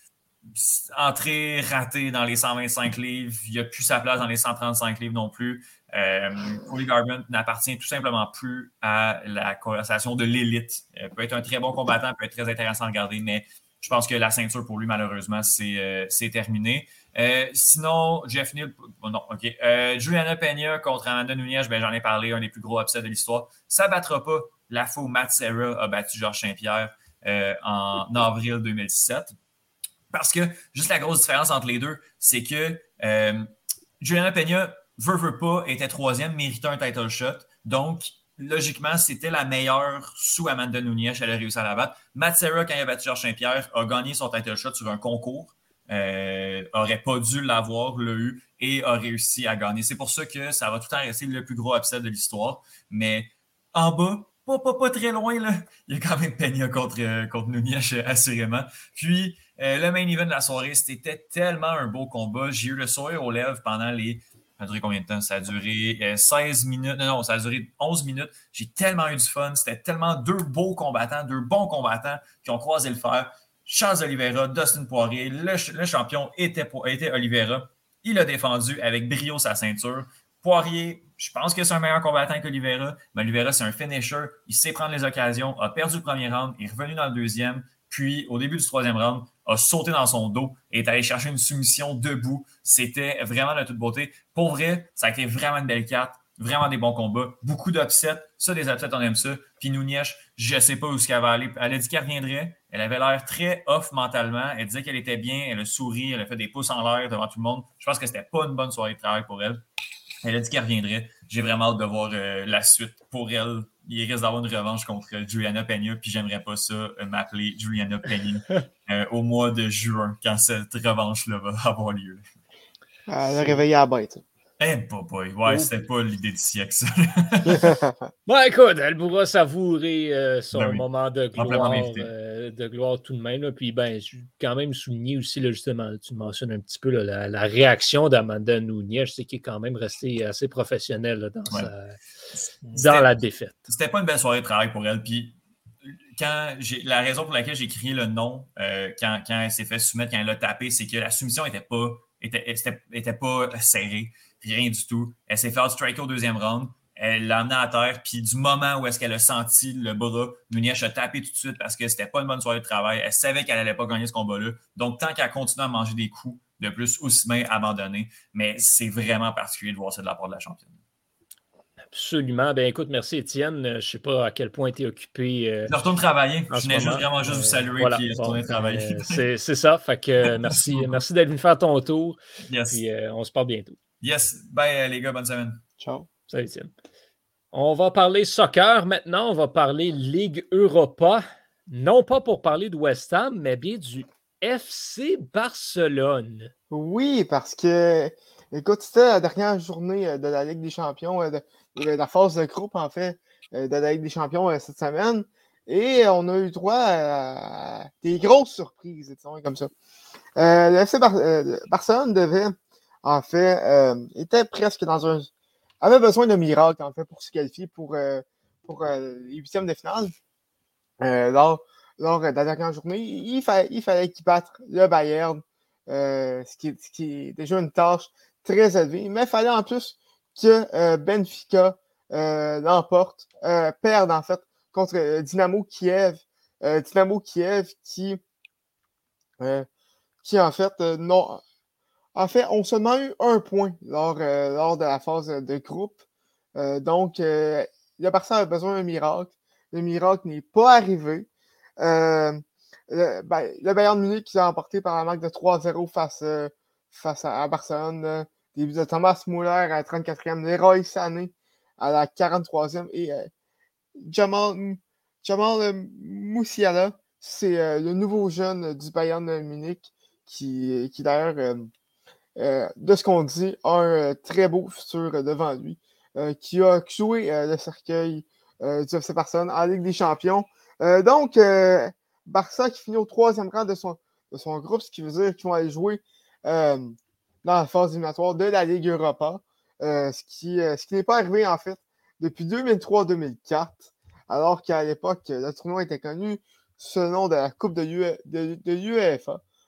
entrée ratée dans les cent vingt-cinq livres. Il n'a plus sa place dans les cent trente-cinq livres non plus. Euh, Cody Garbrandt n'appartient tout simplement plus à la conversation de l'élite. Il peut être un très bon combattant, peut être très intéressant à regarder, mais je pense que la ceinture pour lui, malheureusement, c'est, euh, c'est terminé. Euh, sinon, Jeff Neal, oh non, OK. Euh, Juliana Peña contre Amanda Nunes, ben, j'en ai parlé, un des plus gros upsets de l'histoire. Ça ne battra pas la fois où Matt Serra a battu Georges Saint-Pierre euh, en avril deux mille dix-sept. Parce que juste la grosse différence entre les deux, c'est que euh, Juliana Peña, veut, veut pas, était troisième, méritait un title shot. Donc, logiquement, c'était la meilleure sous Amanda Nunes. Elle a réussi à la battre. Matt Serra, quand il a battu Georges Saint-Pierre, a gagné son title shot sur un concours. Euh, aurait pas dû l'avoir, l'a eu, et a réussi à gagner. C'est pour ça que ça va tout le temps rester le plus gros upset de l'histoire. Mais en bas, pas, pas, pas très loin, là, il y a quand même Peña contre, euh, contre Nunes, assurément. Puis, euh, le main event de la soirée, c'était tellement un beau combat. J'ai eu le sourire aux lèvres pendant les... Ça a duré combien de temps? Ça a duré euh, seize minutes. Non, non, ça a duré onze minutes. J'ai tellement eu du fun. C'était tellement deux beaux combattants, deux bons combattants qui ont croisé le fer. Charles Oliveira, Dustin Poirier, le, le champion était, était Oliveira. Il a défendu avec brio sa ceinture. Poirier, je pense que c'est un meilleur combattant qu'Oliveira, mais Oliveira, c'est un finisher. Il sait prendre les occasions, a perdu le premier round, est revenu dans le deuxième, puis au début du troisième round, a sauté dans son dos et est allé chercher une soumission debout. C'était vraiment de toute beauté. Pour vrai, ça a été vraiment une belle carte. Vraiment des bons combats. Beaucoup d'upsets. Ça, des upsets, on aime ça. Puis Nunes, je ne sais pas où elle va aller. Elle a dit qu'elle reviendrait. Elle avait l'air très off mentalement. Elle disait qu'elle était bien. Elle a souri. Elle a fait des pouces en l'air devant tout le monde. Je pense que c'était pas une bonne soirée de travail pour elle. Elle a dit qu'elle reviendrait. J'ai vraiment hâte de voir euh, la suite pour elle. Il risque d'avoir une revanche contre Juliana Peña. Puis j'aimerais pas ça euh, m'appeler Juliana Peña euh, au mois de juin quand cette revanche-là va avoir lieu. Elle a réveillé à la bête. Eh, boy, ouais, oh. C'était pas l'idée du siècle, ça. Bon, écoute, elle pourra savourer euh, son ben oui. moment de gloire, euh, de gloire tout de même. Là. Puis, ben, je quand même souligner aussi, là, justement, tu mentionnes un petit peu là, la, la réaction d'Amanda Nunes, je sais qu'elle est quand même restée assez professionnelle là, dans, ouais. sa, dans la défaite. C'était pas une belle soirée de travail pour elle. Puis, quand j'ai, la raison pour laquelle j'ai crié le nom euh, quand, quand elle s'est fait soumettre, quand elle l'a tapé, c'est que la soumission n'était pas, était, était, était pas serrée. Rien du tout. Elle s'est fait striker au deuxième round. Elle l'a amené à terre. Puis du moment où est-ce qu'elle a senti le bras, Nunes a tapé tout de suite parce que c'était pas une bonne soirée de travail. Elle savait qu'elle n'allait pas gagner ce combat-là. Donc, tant qu'elle continue à manger des coups de plus, aussi bien abandonné. Mais c'est vraiment particulier de voir ça de la part de la championne. Absolument. Ben écoute, merci Étienne. Je ne sais pas à quel point tu es occupé. Euh, je retourne travailler. Je venais juste vraiment juste euh, vous saluer voilà. et retourner bon, travailler. Euh, c'est, c'est ça. Fait que euh, merci, merci d'être venu faire ton tour. Yes. Puis euh, on se parle bientôt. Yes. Bye les gars, bonne semaine. Ciao. Salut Étienne. On va parler soccer maintenant. On va parler Ligue Europa. Non pas pour parler de West Ham, mais bien du F C Barcelone. Oui, parce que, écoute, c'était la dernière journée de la Ligue des Champions, de, de la phase de groupe, en fait, de la Ligue des Champions cette semaine. Et on a eu droit à des grosses surprises, disons, comme ça. Euh, le F C Bar- euh, Barcelone devait, en fait, euh, était presque dans un... avait besoin d'un miracle, en fait, pour se qualifier pour, euh, pour euh, les huitièmes de finale. Euh, lors, lors de la dernière journée, il, fa- il fallait qu'il batte le Bayern, euh, ce, qui est, ce qui est déjà une tâche très élevée. Mais il fallait en plus que euh, Benfica euh, l'emporte, euh, perde, en fait, contre euh, Dynamo Kiev. Euh, Dynamo Kiev qui, euh, qui en fait, euh, non... En fait, on seulement eu un point lors, euh, lors de la phase de groupe. Euh, donc, euh, le Barça a besoin d'un miracle. Le miracle n'est pas arrivé. Euh, le, ben, le Bayern Munich qui a emporté par la marque de trois zéro face, euh, face à, à Barcelone. Euh, des buts de Thomas Müller à la trente-quatrième, Leroy Sané à la quarante-troisième et euh, Jamal, Jamal euh, Musiala, c'est euh, le nouveau jeune du Bayern Munich qui, qui d'ailleurs... Euh, Euh, de ce qu'on dit, a un euh, très beau futur euh, devant lui, euh, qui a joué euh, le cercueil euh, du F C Barcelone en Ligue des Champions. Euh, donc, euh, Barça qui finit au troisième rang de son, de son groupe, ce qui veut dire qu'ils vont aller jouer euh, dans la phase éliminatoire de la Ligue Europa, euh, ce qui, euh, ce qui n'est pas arrivé en fait depuis deux mille trois deux mille quatre, alors qu'à l'époque, le tournoi était connu sous le nom de la Coupe de, l'U E F A. De, de l'UEFA.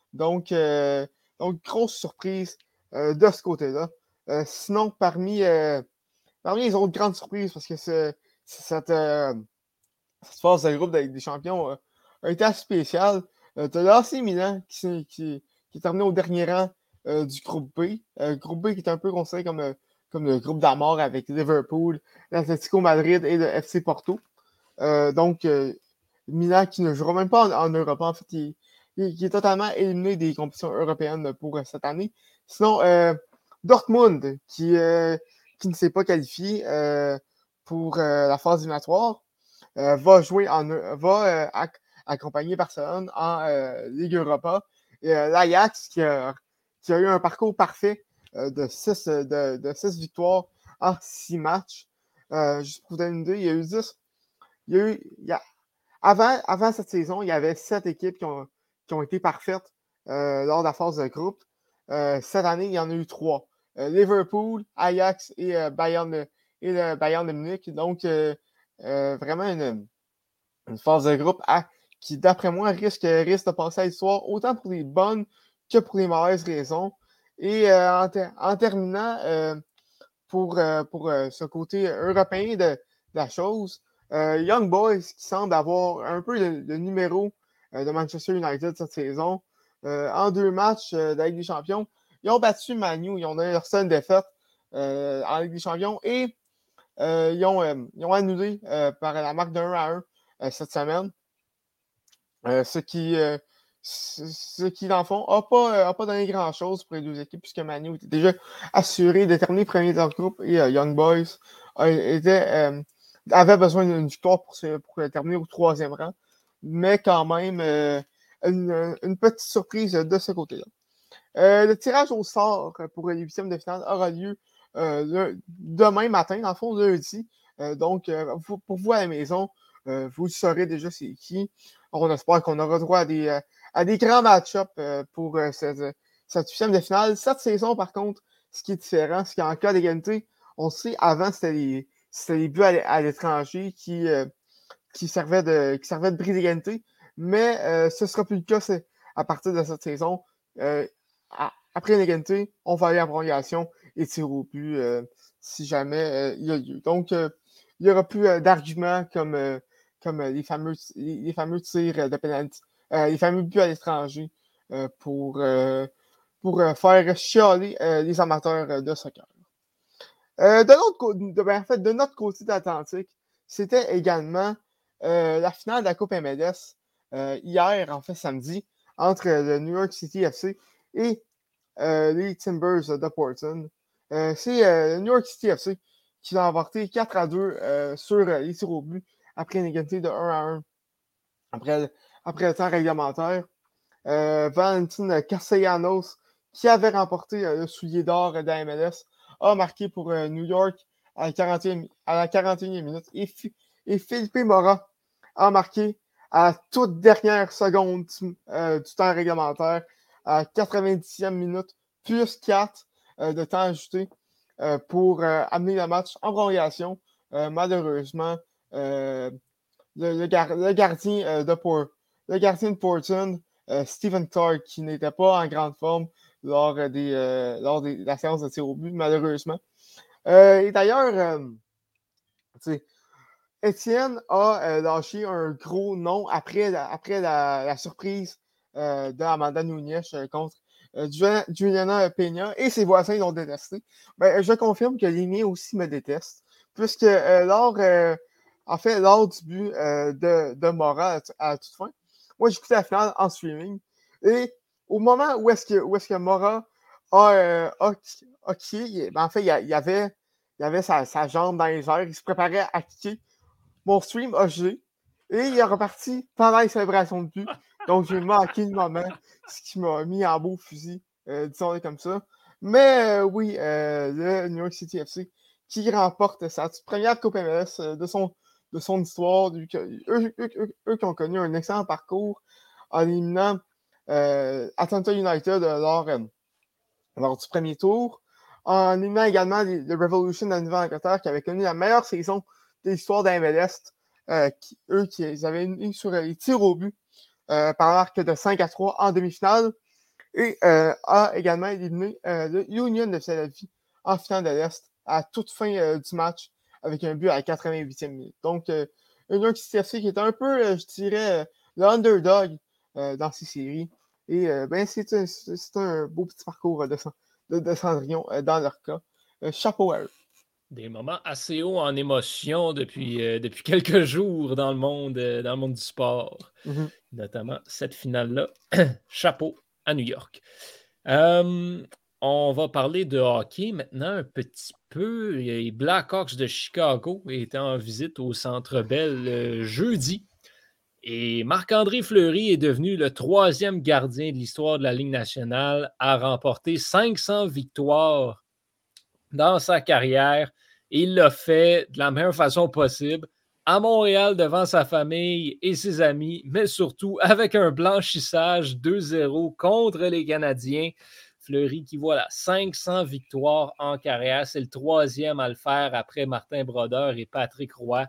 Donc, euh, donc grosse surprise euh, de ce côté-là. Euh, sinon, parmi, euh, parmi les autres grandes surprises, parce que c'est, c'est cette, euh, cette phase de groupe des champions euh, a été assez spéciale. Euh, tu as l'A C Milan qui, qui, qui est terminé au dernier rang euh, du groupe B. Euh, groupe B qui est un peu considéré comme, euh, comme le groupe d'amour avec Liverpool, l'Atlético Madrid et le F C Porto. Euh, donc, euh, Milan qui ne jouera même pas en, en Europe. En fait, il, il, il est totalement éliminé des compétitions européennes pour euh, cette année. Sinon, euh, Dortmund qui, euh, qui ne s'est pas qualifié euh, pour euh, la phase éliminatoire euh, va jouer en va euh, ac- accompagner Barcelone en euh, Ligue Europa. Et euh, l'Ajax qui a, qui a eu un parcours parfait euh, de six de, de six victoires en six matchs. Euh, juste pour vous donner une idée, il y a eu dix. Il y a eu, il y a, avant, avant cette saison, il y avait sept équipes qui ont, qui ont été parfaites euh, lors de la phase de groupe. Euh, cette année, il y en a eu trois. Euh, Liverpool, Ajax et, euh, Bayern, et le Bayern de Munich. Donc, euh, euh, vraiment une, une phase de groupe à, qui, d'après moi, risque, risque de passer à l'histoire, autant pour les bonnes que pour les mauvaises raisons. Et euh, en, ter- en, terminant, euh, pour, euh, pour euh, ce côté européen de, de la chose, euh, Young Boys qui semble avoir un peu le, le numéro euh, de Manchester United cette saison. Euh, en deux matchs euh, de la Ligue des Champions, ils ont battu Manu, ils ont donné leur seule défaite euh, en Ligue des Champions et euh, ils, ont, euh, ils ont annulé euh, par la marque de un à un euh, cette semaine. Euh, ce qui, euh, ce, ce qui, dans le fond, n'a pas, a pas donné grand-chose pour les deux équipes, puisque Manu était déjà assuré de terminer premier de leur groupe et euh, Young Boys a, était, euh, avait besoin d'une victoire pour, se, pour terminer au troisième rang. Mais quand même, euh, une, une petite surprise de ce côté-là. Euh, le tirage au sort pour les huitièmes de finale aura lieu euh, le, demain matin, dans le fond, lundi. Euh, donc, euh, vous, pour vous à la maison, euh, vous saurez déjà c'est qui. On espère qu'on aura droit à des, euh, à des grands match-ups euh, pour euh, cette, cette huitième de finale. Cette saison, par contre, ce qui est différent, c'est qu'en cas d'égalité, on sait, avant, c'était les, c'était les buts à, à l'étranger qui, euh, qui, servaient de, qui servaient de brise d'égalité. Mais euh, ce ne sera plus le cas à partir de cette saison. Euh, à, après une égalité, on va aller en prolongation et tirer au but euh, si jamais euh, il y a lieu. Donc, euh, il n'y aura plus euh, d'arguments comme, euh, comme euh, les, fameux, les, les fameux tirs de pénalty, euh, les fameux buts à l'étranger euh, pour, euh, pour euh, faire chialer euh, les amateurs de soccer. Euh, de, l'autre côté, de, ben, en fait, de notre côté de l'Atlantique, c'était également euh, la finale de la Coupe M L S euh, hier, en fait samedi, entre le New York City F C et euh, les Timbers de Portland. Euh, c'est euh, le New York City F C qui l'a emporté quatre à deux euh, sur euh, les tirs au but après une égalité de un à un après, après le temps réglementaire. Euh, Valentin Castellanos, qui avait remporté euh, le soulier d'or de la M L S, a marqué pour euh, New York à la quarante et unième, à la quarante et unième minute. Et, et Felipe Mora a marqué à la toute dernière seconde euh, du temps réglementaire, à la quatre-vingt-dixième minute, plus quatre euh, de temps ajouté euh, pour euh, amener le match en prolongation. Euh, malheureusement, euh, le, le, gar- le, gardien euh, de Por- le gardien de Portland, euh, Stephen Clark, qui n'était pas en grande forme lors, des, euh, lors de la séance de tir au but, malheureusement. Euh, et d'ailleurs, euh, Étienne a euh, lâché un gros nom après la, après la, la surprise euh, de Amanda Nunes euh, contre euh, Juliana Peña et ses voisins l'ont détesté. Ben, je confirme que les miens aussi me détestent, puisque euh, lors, euh, en fait, lors du but euh, de, de Mora à, à toute fin, moi j'écoutais la finale en streaming et au moment où est-ce que, où est-ce que Mora a, euh, a, a kické, ben, en fait, il y, avait, il y avait sa, sa jambe dans les airs, il se préparait à kicker. Mon stream a gelé et il est reparti pendant les célébrations de but. Donc, j'ai manqué le moment, ce qui m'a mis en beau fusil, euh, disons comme ça. Mais euh, oui, euh, le New York City F C qui remporte sa première Coupe M L S euh, de, son, de son histoire. Eux, eux, eux, eux qui ont connu un excellent parcours en éliminant euh, Atlanta United euh, lors, euh, lors du premier tour. En éliminant également les, le Revolution de la Nouvelle-Angleterre qui avait connu la meilleure saison de l'histoire de la M L S. Euh, qui, eux qui ils avaient une ligne sur les tirs au but euh, par marque de cinq à trois en demi-finale. et euh, a également éliminé euh, le Union de Philadelphie en finale de l'Est à toute fin euh, du match avec un but à la quatre-vingt-huitième minute. Donc, euh, une New York City F C qui est un peu, euh, je dirais, euh, le underdog euh, dans ces séries. Et euh, ben, c'est, un, c'est un beau petit parcours de, de, de Cendrillon euh, dans leur cas. Euh, chapeau à eux. Des moments assez hauts en émotion depuis, euh, depuis quelques jours dans le monde, euh, dans le monde du sport. Mm-hmm. Notamment cette finale-là. Chapeau à New York. Euh, on va parler de hockey maintenant un petit peu. Les Blackhawks de Chicago étaient en visite au Centre Bell euh, jeudi. Et Marc-André Fleury est devenu le troisième gardien de l'histoire de la Ligue nationale à remporter cinq cents victoires dans sa carrière. Et il l'a fait de la meilleure façon possible à Montréal devant sa famille et ses amis, mais surtout avec un blanchissage deux zéro contre les Canadiens. Fleury qui voit là cinq cents victoires en carrière. C'est le troisième à le faire après Martin Brodeur et Patrick Roy.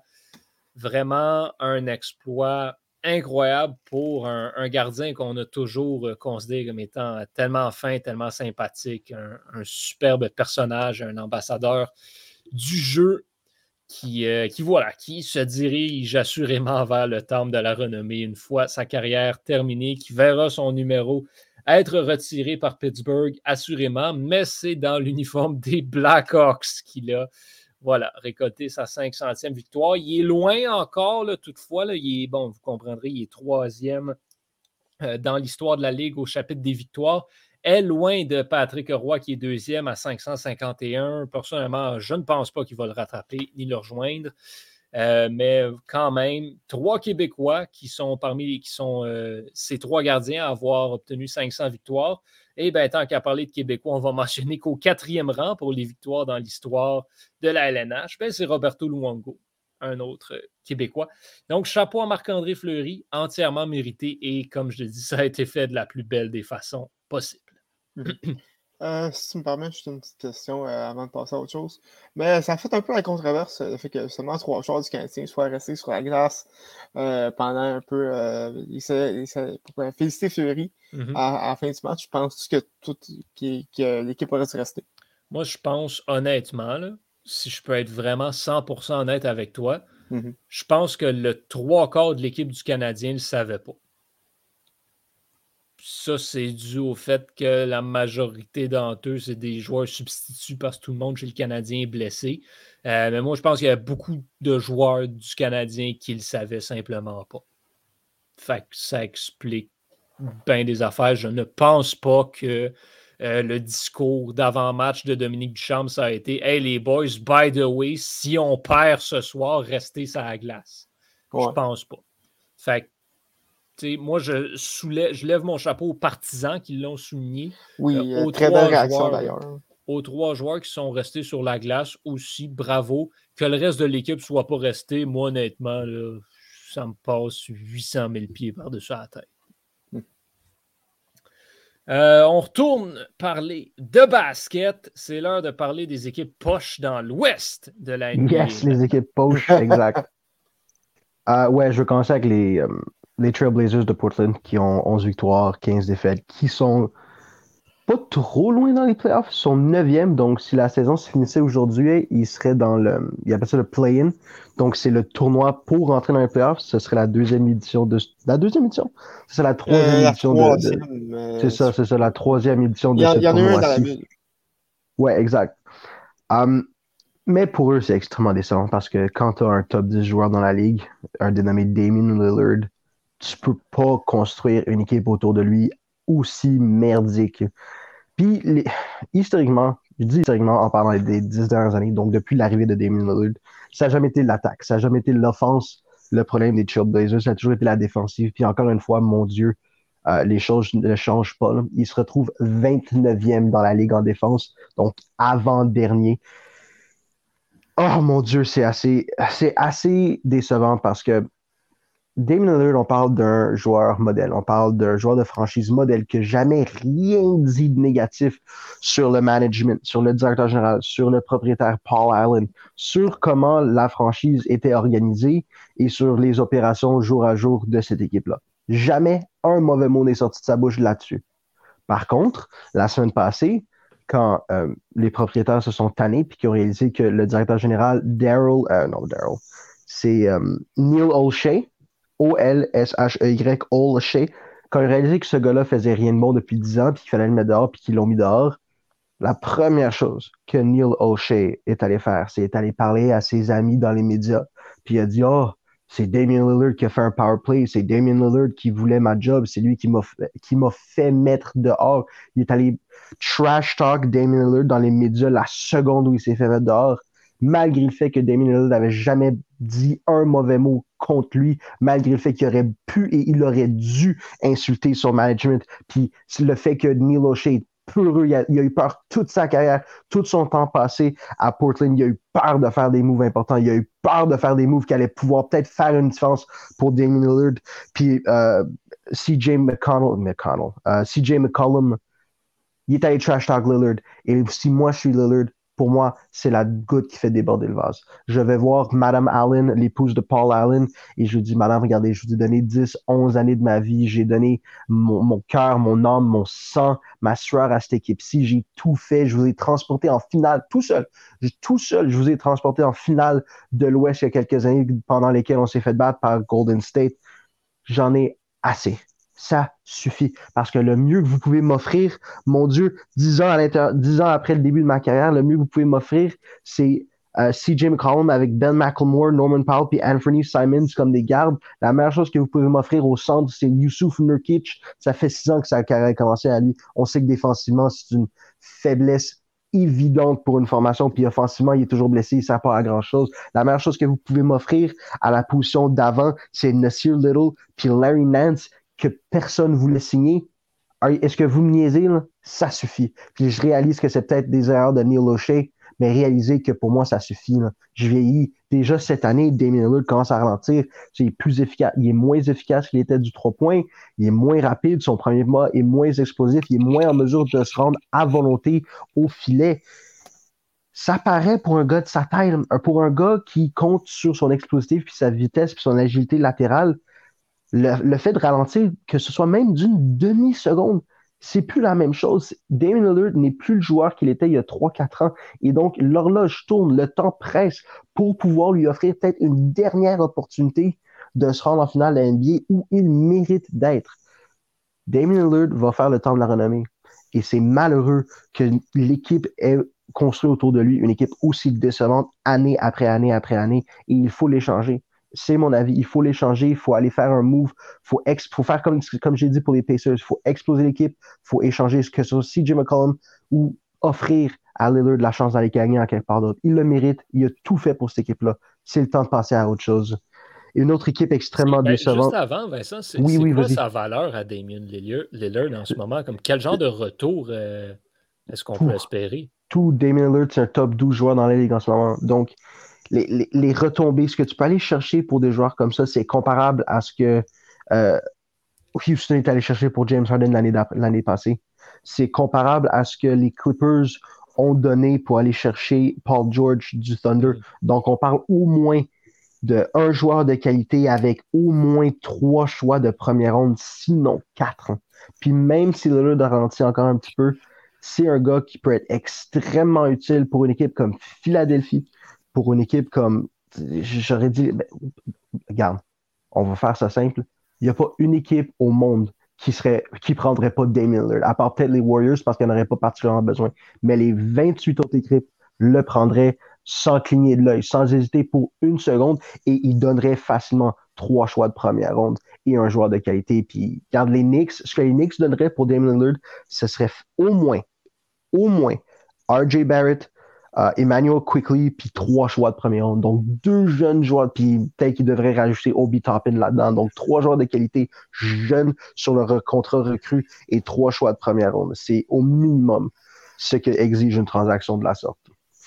Vraiment un exploit incroyable pour un, un gardien qu'on a toujours considéré comme étant tellement fin, tellement sympathique, un, un superbe personnage, un ambassadeur du jeu qui, euh, qui, voilà, qui se dirige assurément vers le temple de la renommée une fois sa carrière terminée, qui verra son numéro être retiré par Pittsburgh assurément, mais c'est dans l'uniforme des Blackhawks qu'il a voilà, récolté sa cinq centième victoire. Il est loin encore, là, toutefois. Là, il est, bon, vous comprendrez, il est troisième euh, dans l'histoire de la Ligue au chapitre des victoires. Est loin de Patrick Roy, qui est deuxième à cinq cent cinquante et un. Personnellement, je ne pense pas qu'il va le rattraper ni le rejoindre. Euh, mais quand même, trois Québécois qui sont parmi qui sont euh, ces trois gardiens à avoir obtenu cinq cents victoires. Et bien, tant qu'à parler de Québécois, on va mentionner qu'au quatrième rang pour les victoires dans l'histoire de la L N H, ben, c'est Roberto Luongo, un autre euh, Québécois. Donc, chapeau à Marc-André Fleury, entièrement mérité. Et comme je le dis, ça a été fait de la plus belle des façons possibles. Mm-hmm. Euh, si tu me permets, juste une petite question euh, avant de passer à autre chose. Mais ça a fait un peu la controverse, le fait que seulement trois joueurs du Canadien soient restés sur la glace euh, pendant un peu. Euh, il s'est, il s'est, pour féliciter Fleury mm-hmm. à, à la fin du match. Je pense que, tout, que, que l'équipe aurait dû rester. Moi, je pense honnêtement, là, si je peux être vraiment cent pour cent honnête avec toi, mm-hmm. je pense que le trois quarts de l'équipe du Canadien ne le savait pas. Ça, c'est dû au fait que la majorité d'entre eux, c'est des joueurs substituts parce que tout le monde chez le Canadien est blessé. Euh, mais moi, je pense qu'il y a beaucoup de joueurs du Canadien qui ne le savaient simplement pas. Fait que ça explique bien des affaires. Je ne pense pas que euh, le discours d'avant-match de Dominique Ducharme, ça a été « Hey les boys, by the way, si on perd ce soir, restez sur la glace. Ouais. » Je pense pas. Fait que T'sais, moi, je, soulève, je lève mon chapeau aux partisans qui l'ont souligné. Oui, euh, aux très belle réaction joueurs, d'ailleurs. Aux trois joueurs qui sont restés sur la glace aussi, bravo. Que le reste de l'équipe ne soit pas resté, moi, honnêtement, là, ça me passe huit cent mille pieds par-dessus la tête. Hmm. Euh, on retourne parler de basket. C'est l'heure de parler des équipes poches dans l'ouest de la N B A. Yes, les équipes poches, exact. euh, ouais, je veux commencer avec les... Um... les Trailblazers de Portland qui ont onze victoires, quinze défaites, qui sont pas trop loin dans les playoffs, ils sont neuvième, donc si la saison se finissait aujourd'hui, ils seraient dans le, ils appellent ça le play-in, donc c'est le tournoi pour rentrer dans les playoffs, ce serait la deuxième édition de, la deuxième édition? C'est la troisième euh, la édition troisième, de, de... Euh, c'est ça, c'est ça, la troisième édition de ce tournoi-ci. Ouais, exact. Um, mais pour eux, c'est extrêmement décevant parce que quand tu as un top dix joueur dans la ligue, un dénommé Damian Lillard, tu peux pas construire une équipe autour de lui aussi merdique. Puis, les... historiquement, je dis historiquement en parlant des dix dernières années, donc depuis l'arrivée de Damian Lillard, ça n'a jamais été l'attaque, ça n'a jamais été l'offense, le problème des Trailblazers, ça a toujours été la défensive. Puis encore une fois, mon Dieu, euh, les choses ne changent pas. Là. Ils se retrouvent vingt-neuvième dans la ligue en défense, donc avant-dernier. Oh mon Dieu, c'est assez, c'est assez décevant parce que Damian Lillard, on parle d'un joueur modèle, on parle d'un joueur de franchise modèle qui n'a jamais rien dit de négatif sur le management, sur le directeur général, sur le propriétaire Paul Allen, sur comment la franchise était organisée et sur les opérations jour à jour de cette équipe-là. Jamais un mauvais mot n'est sorti de sa bouche là-dessus. Par contre, la semaine passée, quand euh, les propriétaires se sont tannés puis qu'ils ont réalisé que le directeur général, Daryl, euh, non, Daryl, c'est euh, Neil Olshey, O L S H E Y, Olshey, quand ils ont réalisé que ce gars-là faisait rien de bon depuis dix ans puis qu'il fallait le mettre dehors puis qu'ils l'ont mis dehors, la première chose que Neil Olshey est allé faire, c'est aller parler à ses amis dans les médias puis il a dit « Oh, c'est Damian Lillard qui a fait un power play. C'est Damian Lillard qui voulait ma job. C'est lui qui m'a, qui m'a fait mettre dehors. » Il est allé trash talk Damian Lillard dans les médias la seconde où il s'est fait mettre dehors, malgré le fait que Damian Lillard n'avait jamais dit un mauvais mot contre lui, malgré le fait qu'il aurait pu et il aurait dû insulter son management. Puis le fait que Neil Olshey est peureux, il a, il a eu peur toute sa carrière, tout son temps passé à Portland, il a eu peur de faire des moves importants, il a eu peur de faire des moves qui allaient pouvoir peut-être faire une différence pour Damian Lillard. Puis euh, C J McConnell, McConnell euh, C J McCollum, il est allé trash talk Lillard. Et si moi je suis Lillard, pour moi, c'est la goutte qui fait déborder le vase. Je vais voir Madame Allen, l'épouse de Paul Allen, et je lui dis, Madame, regardez, je vous ai donné dix, onze années de ma vie, j'ai donné mon, mon cœur, mon âme, mon sang, ma sueur à cette équipe-ci, j'ai tout fait, je vous ai transporté en finale, tout seul, tout seul, je vous ai transporté en finale de l'Ouest il y a quelques années, pendant lesquelles on s'est fait battre par Golden State. J'en ai assez. Ça suffit. Parce que le mieux que vous pouvez m'offrir, mon Dieu, dix ans, à l'intérieur, dix ans après le début de ma carrière, le mieux que vous pouvez m'offrir, c'est euh, C J McCollum avec Ben McLemore, Norman Powell puis Anthony Simons comme des gardes. La meilleure chose que vous pouvez m'offrir au centre, c'est Yusuf Nurkic. Ça fait six ans que sa carrière a commencé à lui. On sait que défensivement, c'est une faiblesse évidente pour une formation, puis offensivement, il est toujours blessé, il ne sert pas à grand-chose. La meilleure chose que vous pouvez m'offrir à la position d'avant, c'est Nasir Little puis Larry Nance, que personne voulait signer. Est-ce que vous me niaisez, là? Ça suffit. Puis je réalise que c'est peut-être des erreurs de Neil Olshey, mais réalisez que pour moi, ça suffit. Là. Je vieillis. Déjà cette année, Damian Lillard commence à ralentir. Il est plus efficace. Il est moins efficace qu'il était du trois points. Il est moins rapide. Son premier pas est moins explosif. Il est moins en mesure de se rendre à volonté au filet. Ça paraît pour un gars de sa taille, pour un gars qui compte sur son explosivité, puis sa vitesse, puis son agilité latérale. Le, le fait de ralentir, que ce soit même d'une demi-seconde, c'est plus la même chose. Damian Lillard n'est plus le joueur qu'il était il y a trois quatre ans. Et donc, l'horloge tourne, le temps presse pour pouvoir lui offrir peut-être une dernière opportunité de se rendre en finale de la N B A où il mérite d'être. Damian Lillard va faire le temps de la renommée. Et c'est malheureux que l'équipe ait construit autour de lui une équipe aussi décevante année après année après année. Et il faut l'échanger. C'est mon avis. Il faut l'échanger. Il faut aller faire un move. Il faut, ex- faut faire comme, comme j'ai dit pour les Pacers. Il faut exploser l'équipe. Il faut échanger ce que ce soit C J McCollum ou offrir à Lillard la chance d'aller gagner en quelque part d'autre. Il le mérite. Il a tout fait pour cette équipe-là. C'est le temps de passer à autre chose. Une autre équipe extrêmement ben, décevante. Juste avant, Vincent, c'est, oui, c'est oui, quoi vas-y. sa valeur à Damian Lillard en ce moment? Comme quel genre de retour euh, est-ce qu'on tout, peut espérer? Tout, Damian Lillard, c'est un top douze joueur dans la ligue en ce moment. Donc, Les, les, les retombées, ce que tu peux aller chercher pour des joueurs comme ça, c'est comparable à ce que euh, Houston est allé chercher pour James Harden l'année, l'année passée. C'est comparable à ce que les Clippers ont donné pour aller chercher Paul George du Thunder. Donc, on parle au moins d'un joueur de qualité avec au moins trois choix de première ronde, sinon quatre. Puis même si Lillard a ralenti encore un petit peu, c'est un gars qui peut être extrêmement utile pour une équipe comme Philadelphie, pour une équipe comme, j'aurais dit, ben, regarde, on va faire ça simple. Il n'y a pas une équipe au monde qui serait, qui prendrait pas Damian Lillard, à part peut-être les Warriors parce qu'ils n'en auraient pas particulièrement besoin. Mais les vingt-huit autres équipes le prendraient sans cligner de l'œil, sans hésiter pour une seconde et ils donneraient facilement trois choix de première ronde et un joueur de qualité. Puis, regarde les Knicks, ce que les Knicks donneraient pour Damian Lillard, ce serait au moins, au moins, R J Barrett, Uh, Emmanuel Quickley, puis trois choix de première ronde. Donc, deux jeunes joueurs, puis peut-être qu'ils devraient rajouter Obi Toppin là-dedans. Donc, trois joueurs de qualité jeunes sur le re- contrat recru et trois choix de première ronde. C'est au minimum ce que exige une transaction de la sorte.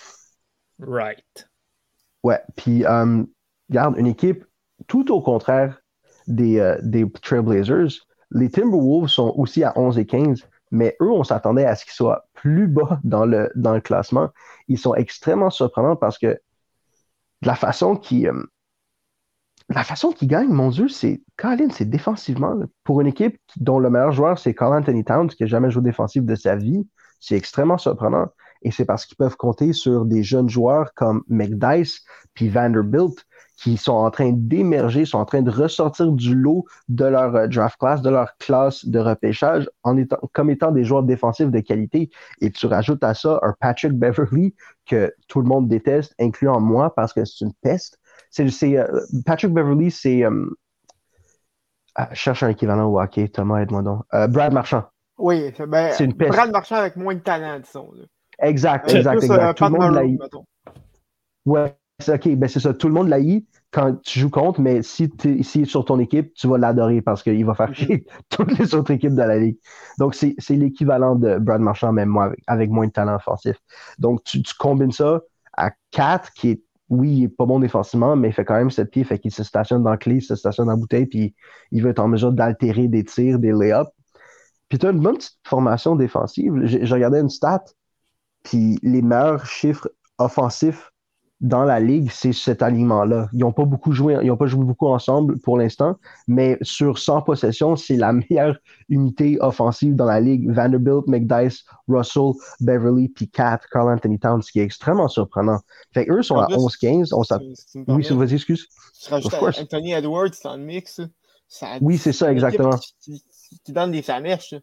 Right. Ouais, puis, um, regarde, une équipe tout au contraire des, euh, des Trailblazers, les Timberwolves sont aussi à onze et quinze, mais eux, on s'attendait à ce qu'ils soient plus bas dans le, dans le classement. Ils sont extrêmement surprenants parce que de la façon qu'ils, euh, la façon qu'ils gagnent, mon Dieu, c'est Colin, c'est défensivement. Là. Pour une équipe dont le meilleur joueur, c'est Karl Anthony Towns, qui n'a jamais joué défensif de sa vie, c'est extrêmement surprenant. Et c'est parce qu'ils peuvent compter sur des jeunes joueurs comme McDyess puis Vanderbilt qui sont en train d'émerger, sont en train de ressortir du lot de leur euh, draft class, de leur classe de repêchage, en étant, comme étant des joueurs défensifs de qualité. Et tu rajoutes à ça un Patrick Beverly que tout le monde déteste, incluant moi, parce que c'est une peste. C'est, c'est, euh, Patrick Beverly, c'est. Euh, ah, je cherche un équivalent au hockey, Thomas, aide-moi donc. Euh, Brad Marchand. Oui, ben, C'est une peste. Brad Marchand avec moins de talent, disons. Là. Exact, Euh, exact, plus, exact. euh, Tout le Pat monde l'a Maroon, mettons. Ouais, c'est ok, ben c'est ça. Tout le monde l'haït quand tu joues contre, mais si tu s'il est sur ton équipe, tu vas l'adorer parce qu'il va faire chier toutes les autres équipes de la ligue. Donc, c'est, c'est l'équivalent de Brad Marchand, même moi, avec, avec moins de talent offensif. Donc, tu, tu combines ça à quatre, qui est, oui, il est pas bon défensivement, mais il fait quand même sept pieds, fait qu'il se stationne dans la clé, il se stationne dans la bouteille, puis il va être en mesure d'altérer des tirs, des lay-ups. Puis tu as une bonne petite formation défensive. J'ai, j'ai regardé une stat, puis les meilleurs chiffres offensifs dans la ligue, c'est cet alignement-là. Ils n'ont pas beaucoup joué, ils n'ont pas joué beaucoup ensemble pour l'instant, mais sur cent possessions, c'est la meilleure unité offensive dans la ligue. Vanderbilt, McDyess, Russell, Beverly, puis Cat, Karl Anthony Towns, ce qui est extrêmement surprenant. Fait qu'eux sont En à plus, onze quinze. On si, si tu me oui, permets, vas-y, excuse. tu rajoutes Of course. Anthony Edwards dans le mix. Ça, Oui, c'est ça, une équipe exactement. Qui, qui, qui donne des flamèches.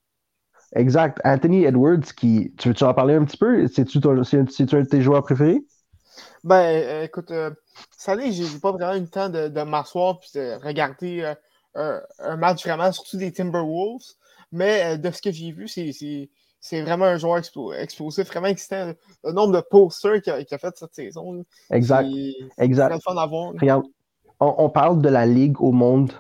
Exact. Anthony Edwards, qui, tu veux-tu en parler un petit peu? C'est-tu, ton, c'est, c'est-tu un de tes joueurs préférés? Ben, euh, écoute, euh, cette année, j'ai, j'ai pas vraiment eu le temps de, de m'asseoir et de regarder euh, un, un match vraiment, surtout des Timberwolves. Mais euh, de ce que j'ai vu, c'est, c'est, c'est vraiment un joueur explo- explosif, vraiment excitant. Le nombre de posters qu'il a, qu'il a fait cette saison, là, Exact. c'est, Exact. c'est le fun à voir. Là. Regarde, on, on parle de la ligue au monde.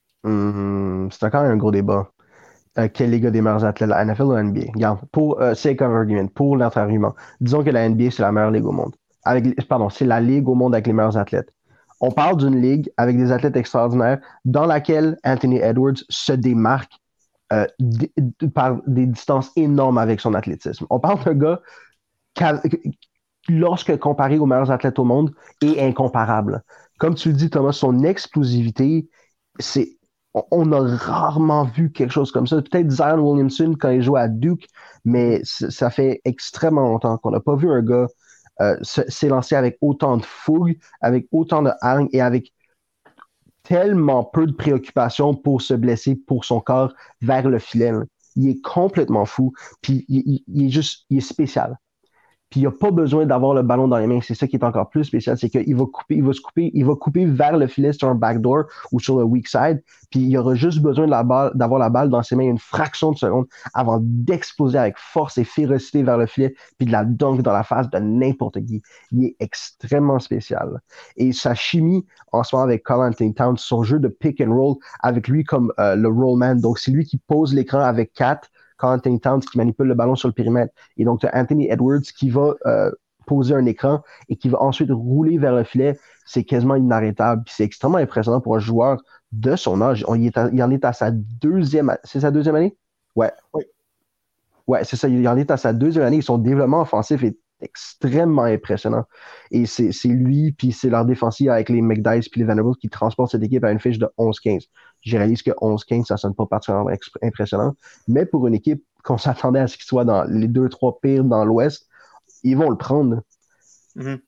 Hum, c'est encore un gros débat. Euh, quelle ligue a des meilleurs athlètes, la N F L ou la N B A? Regarde, pour euh, sake of argument, pour notre argument, disons que la N B A, c'est la meilleure ligue au monde. Avec, pardon, c'est la ligue au monde avec les meilleurs athlètes. On parle d'une ligue avec des athlètes extraordinaires dans laquelle Anthony Edwards se démarque euh, d- d- par des distances énormes avec son athlétisme. On parle d'un gars qui, lorsque comparé aux meilleurs athlètes au monde, est incomparable. Comme tu le dis, Thomas, son explosivité, c'est on a rarement vu quelque chose comme ça. Peut-être Zion Williamson quand il jouait à Duke, mais ça fait extrêmement longtemps qu'on n'a pas vu un gars euh, s'élancer avec autant de fougue, avec autant de hargne et avec tellement peu de préoccupations pour se blesser pour son corps vers le filet. Là. Il est complètement fou. Puis il, il, il est juste, il est spécial. Puis il n'a pas besoin d'avoir le ballon dans les mains. C'est ça qui est encore plus spécial, c'est qu'il va couper, il va se couper, il va couper vers le filet sur un backdoor ou sur le weak side. Puis il aura juste besoin de la balle, d'avoir la balle dans ses mains une fraction de seconde avant d'exploser avec force et férocité vers le filet, puis de la dunk dans la face de n'importe qui. Il est extrêmement spécial. Et sa chimie en ce moment avec Karl Anthony Towns, son jeu de pick and roll avec lui comme euh, le rollman. Donc c'est lui qui pose l'écran avec Kat. Karl Anthony Towns qui manipule le ballon sur le périmètre. Et donc, tu as Anthony Edwards qui va euh, poser un écran et qui va ensuite rouler vers le filet. C'est quasiment inarrêtable. Puis c'est extrêmement impressionnant pour un joueur de son âge. On y est à, il en est à sa deuxième année. C'est sa deuxième année? Ouais. Oui. Ouais, c'est ça. Il en est à sa deuxième année. Son développement offensif est extrêmement impressionnant. Et c'est, c'est lui, puis c'est leur défensif avec les McDyess puis les Vanderbilt qui transportent cette équipe à une fiche de onze quinze. Je réalise que onze quinze, ça sonne pas particulièrement impressionnant, mais pour une équipe qu'on s'attendait à ce qu'il soit dans les deux, trois pires dans l'Ouest, ils vont le prendre. Mm-hmm.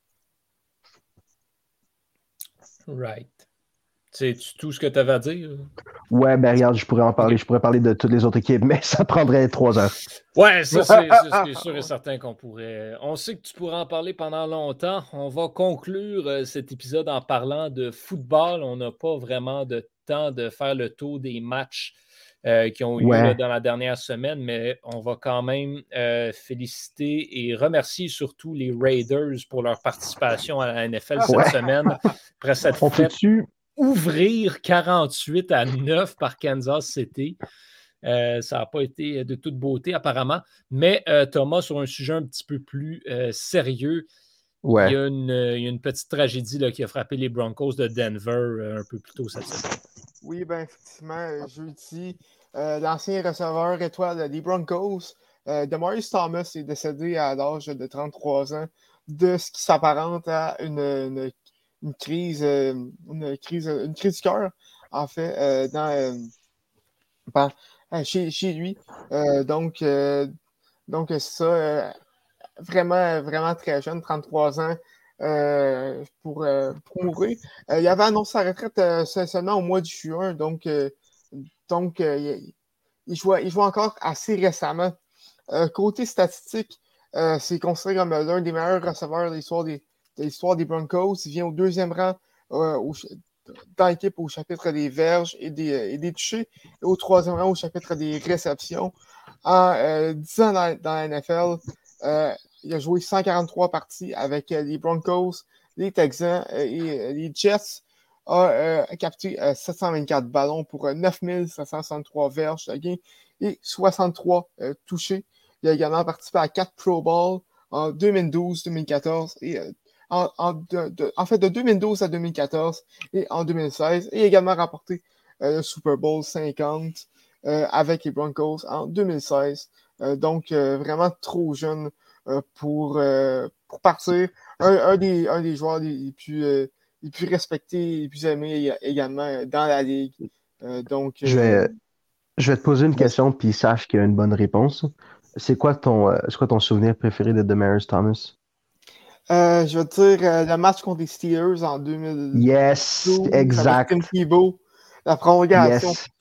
Right. C'est tout ce que tu avais à dire? Ouais, ben regarde, je pourrais en parler. Okay. Je pourrais parler de toutes les autres équipes, mais ça prendrait trois heures. Ouais, ça, c'est, c'est, c'est sûr et certain qu'on pourrait. On sait que tu pourrais en parler pendant longtemps. On va conclure euh, cet épisode en parlant de football. On n'a pas vraiment de temps de faire le tour des matchs euh, qui ont eu ouais. là, dans la dernière semaine, mais on va quand même euh, féliciter et remercier surtout les Raiders pour leur participation à la N F L cette ouais. semaine. Après cette on fête. Peut-tu... Ouvrir quarante-huit à neuf par Kansas City. Euh, ça n'a pas été de toute beauté, apparemment. Mais euh, Thomas, sur un sujet un petit peu plus euh, sérieux, ouais. il, y a une, il y a une petite tragédie là, qui a frappé les Broncos de Denver euh, un peu plus tôt cette semaine. Oui, bien, effectivement, jeudi, euh, l'ancien receveur étoile des Broncos, euh, Demaryius Thomas, est décédé à l'âge de trente-trois ans de ce qui s'apparente à une, une une crise, euh, une crise, une crise du cœur, en fait, euh, dans, euh, ben, chez, chez lui. Euh, donc, euh, donc, c'est ça. Euh, vraiment, vraiment très jeune, trente-trois ans, euh, pour, euh, pour mourir. Euh, il avait annoncé sa retraite euh, seulement au mois de juin, donc, euh, donc euh, il, il, jouait, il jouait encore assez récemment. Euh, côté statistique, euh, c'est considéré comme l'un des meilleurs receveurs de l'histoire des, de l'histoire des Broncos. Il vient au deuxième rang euh, au, dans l'équipe au chapitre des verges et des, et des touchés, et au troisième rang au chapitre des réceptions. En euh, dix ans dans, dans la N F L, euh, il a joué cent quarante-trois parties avec euh, les Broncos, les Texans euh, et euh, les Jets. A euh, capté euh, sept cent vingt-quatre ballons pour euh, neuf mille sept cent soixante-trois verges de gain et soixante-trois euh, touchés. Il a également participé à quatre Pro Bowl en deux mille douze, deux mille quatorze et euh, en, en, de, de, en fait de deux mille douze à deux mille quatorze et en deux mille seize. Et également remporté euh, le Super Bowl cinquante euh, avec les Broncos en deux mille seize. Euh, donc euh, vraiment trop jeune euh, pour, euh, pour partir. Un, un, des, un des joueurs les plus, euh, les plus respectés, les plus aimés également dans la ligue. Euh, donc, Je euh, vais, je vais te poser une question, puis sache qu'il y a une bonne réponse. C'est quoi ton, euh, c'est quoi ton souvenir préféré de Demaryius Thomas? Euh, je vais te dire euh, le match contre les Steelers en deux mille douze Yes, avec exact. Tim Tebow, la prolongation. Yes.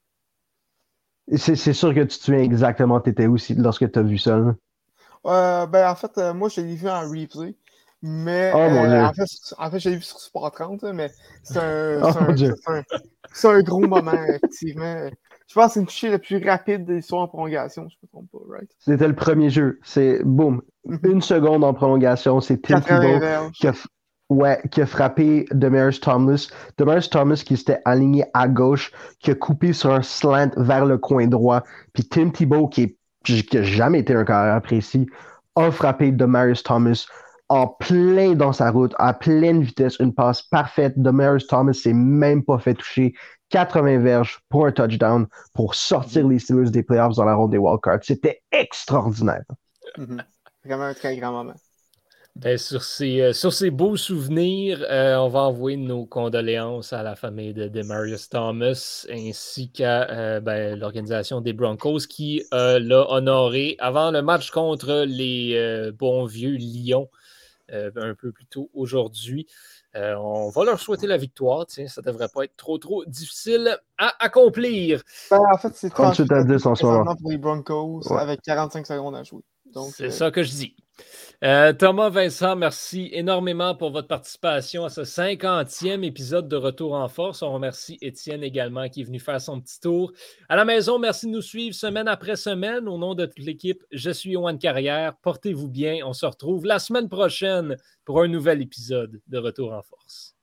C'est, c'est sûr que tu te souviens exactement tu étais où si- lorsque tu as vu ça. Là. Euh, ben, en fait, euh, moi, je l'ai vu en replay. Mais Oh mon euh, Dieu. en fait, en fait, je l'ai vu sur Sport trente, là, mais c'est un, Oh c'est mon un, Dieu. c'est un, c'est un gros moment, effectivement. Je pense que c'est une touchée le plus rapide de l'histoire en prolongation, je ne me trompe pas, right? C'était le premier jeu. C'est boum. Mhm. Une seconde en prolongation. C'est Tim quatre-vingts Tebow verges. qui a, f- ouais, qui a frappé Demaryius Thomas. Demaryius Thomas qui s'était aligné à gauche, qui a coupé sur un slant vers le coin droit. Puis Tim Tebow, qui n'a jamais été un carrière précis, a frappé Demaryius Thomas en plein dans sa route, à pleine vitesse, une passe parfaite. Demaryius Thomas s'est même pas fait toucher. quatre-vingts verges pour un touchdown pour sortir les Steelers des playoffs dans la ronde des wildcards. C'était extraordinaire. Mhm. Vraiment un très grand moment. Ben, sur, ces, euh, sur ces beaux souvenirs, euh, on va envoyer nos condoléances à la famille de Demaryius Thomas ainsi qu'à euh, ben, l'organisation des Broncos qui euh, l'a honoré avant le match contre les euh, bons vieux Lions euh, un peu plus tôt aujourd'hui. Euh, on va leur souhaiter la victoire. Tiens, ça ne devrait pas être trop, trop difficile à accomplir. Ben, en fait, c'est trente-huit à dix en ce moment. pour les Broncos Ouais. avec quarante-cinq secondes à jouer. Donc, c'est euh... ça que je dis. Euh, Thomas, Vincent, merci énormément pour votre participation à ce cinquantième épisode de Retour en Force. On remercie Étienne également qui est venu faire son petit tour. À la maison, merci de nous suivre semaine après semaine. Au nom de toute l'équipe, je suis Yoann Carrière. Portez-vous bien. On se retrouve la semaine prochaine pour un nouvel épisode de Retour en Force.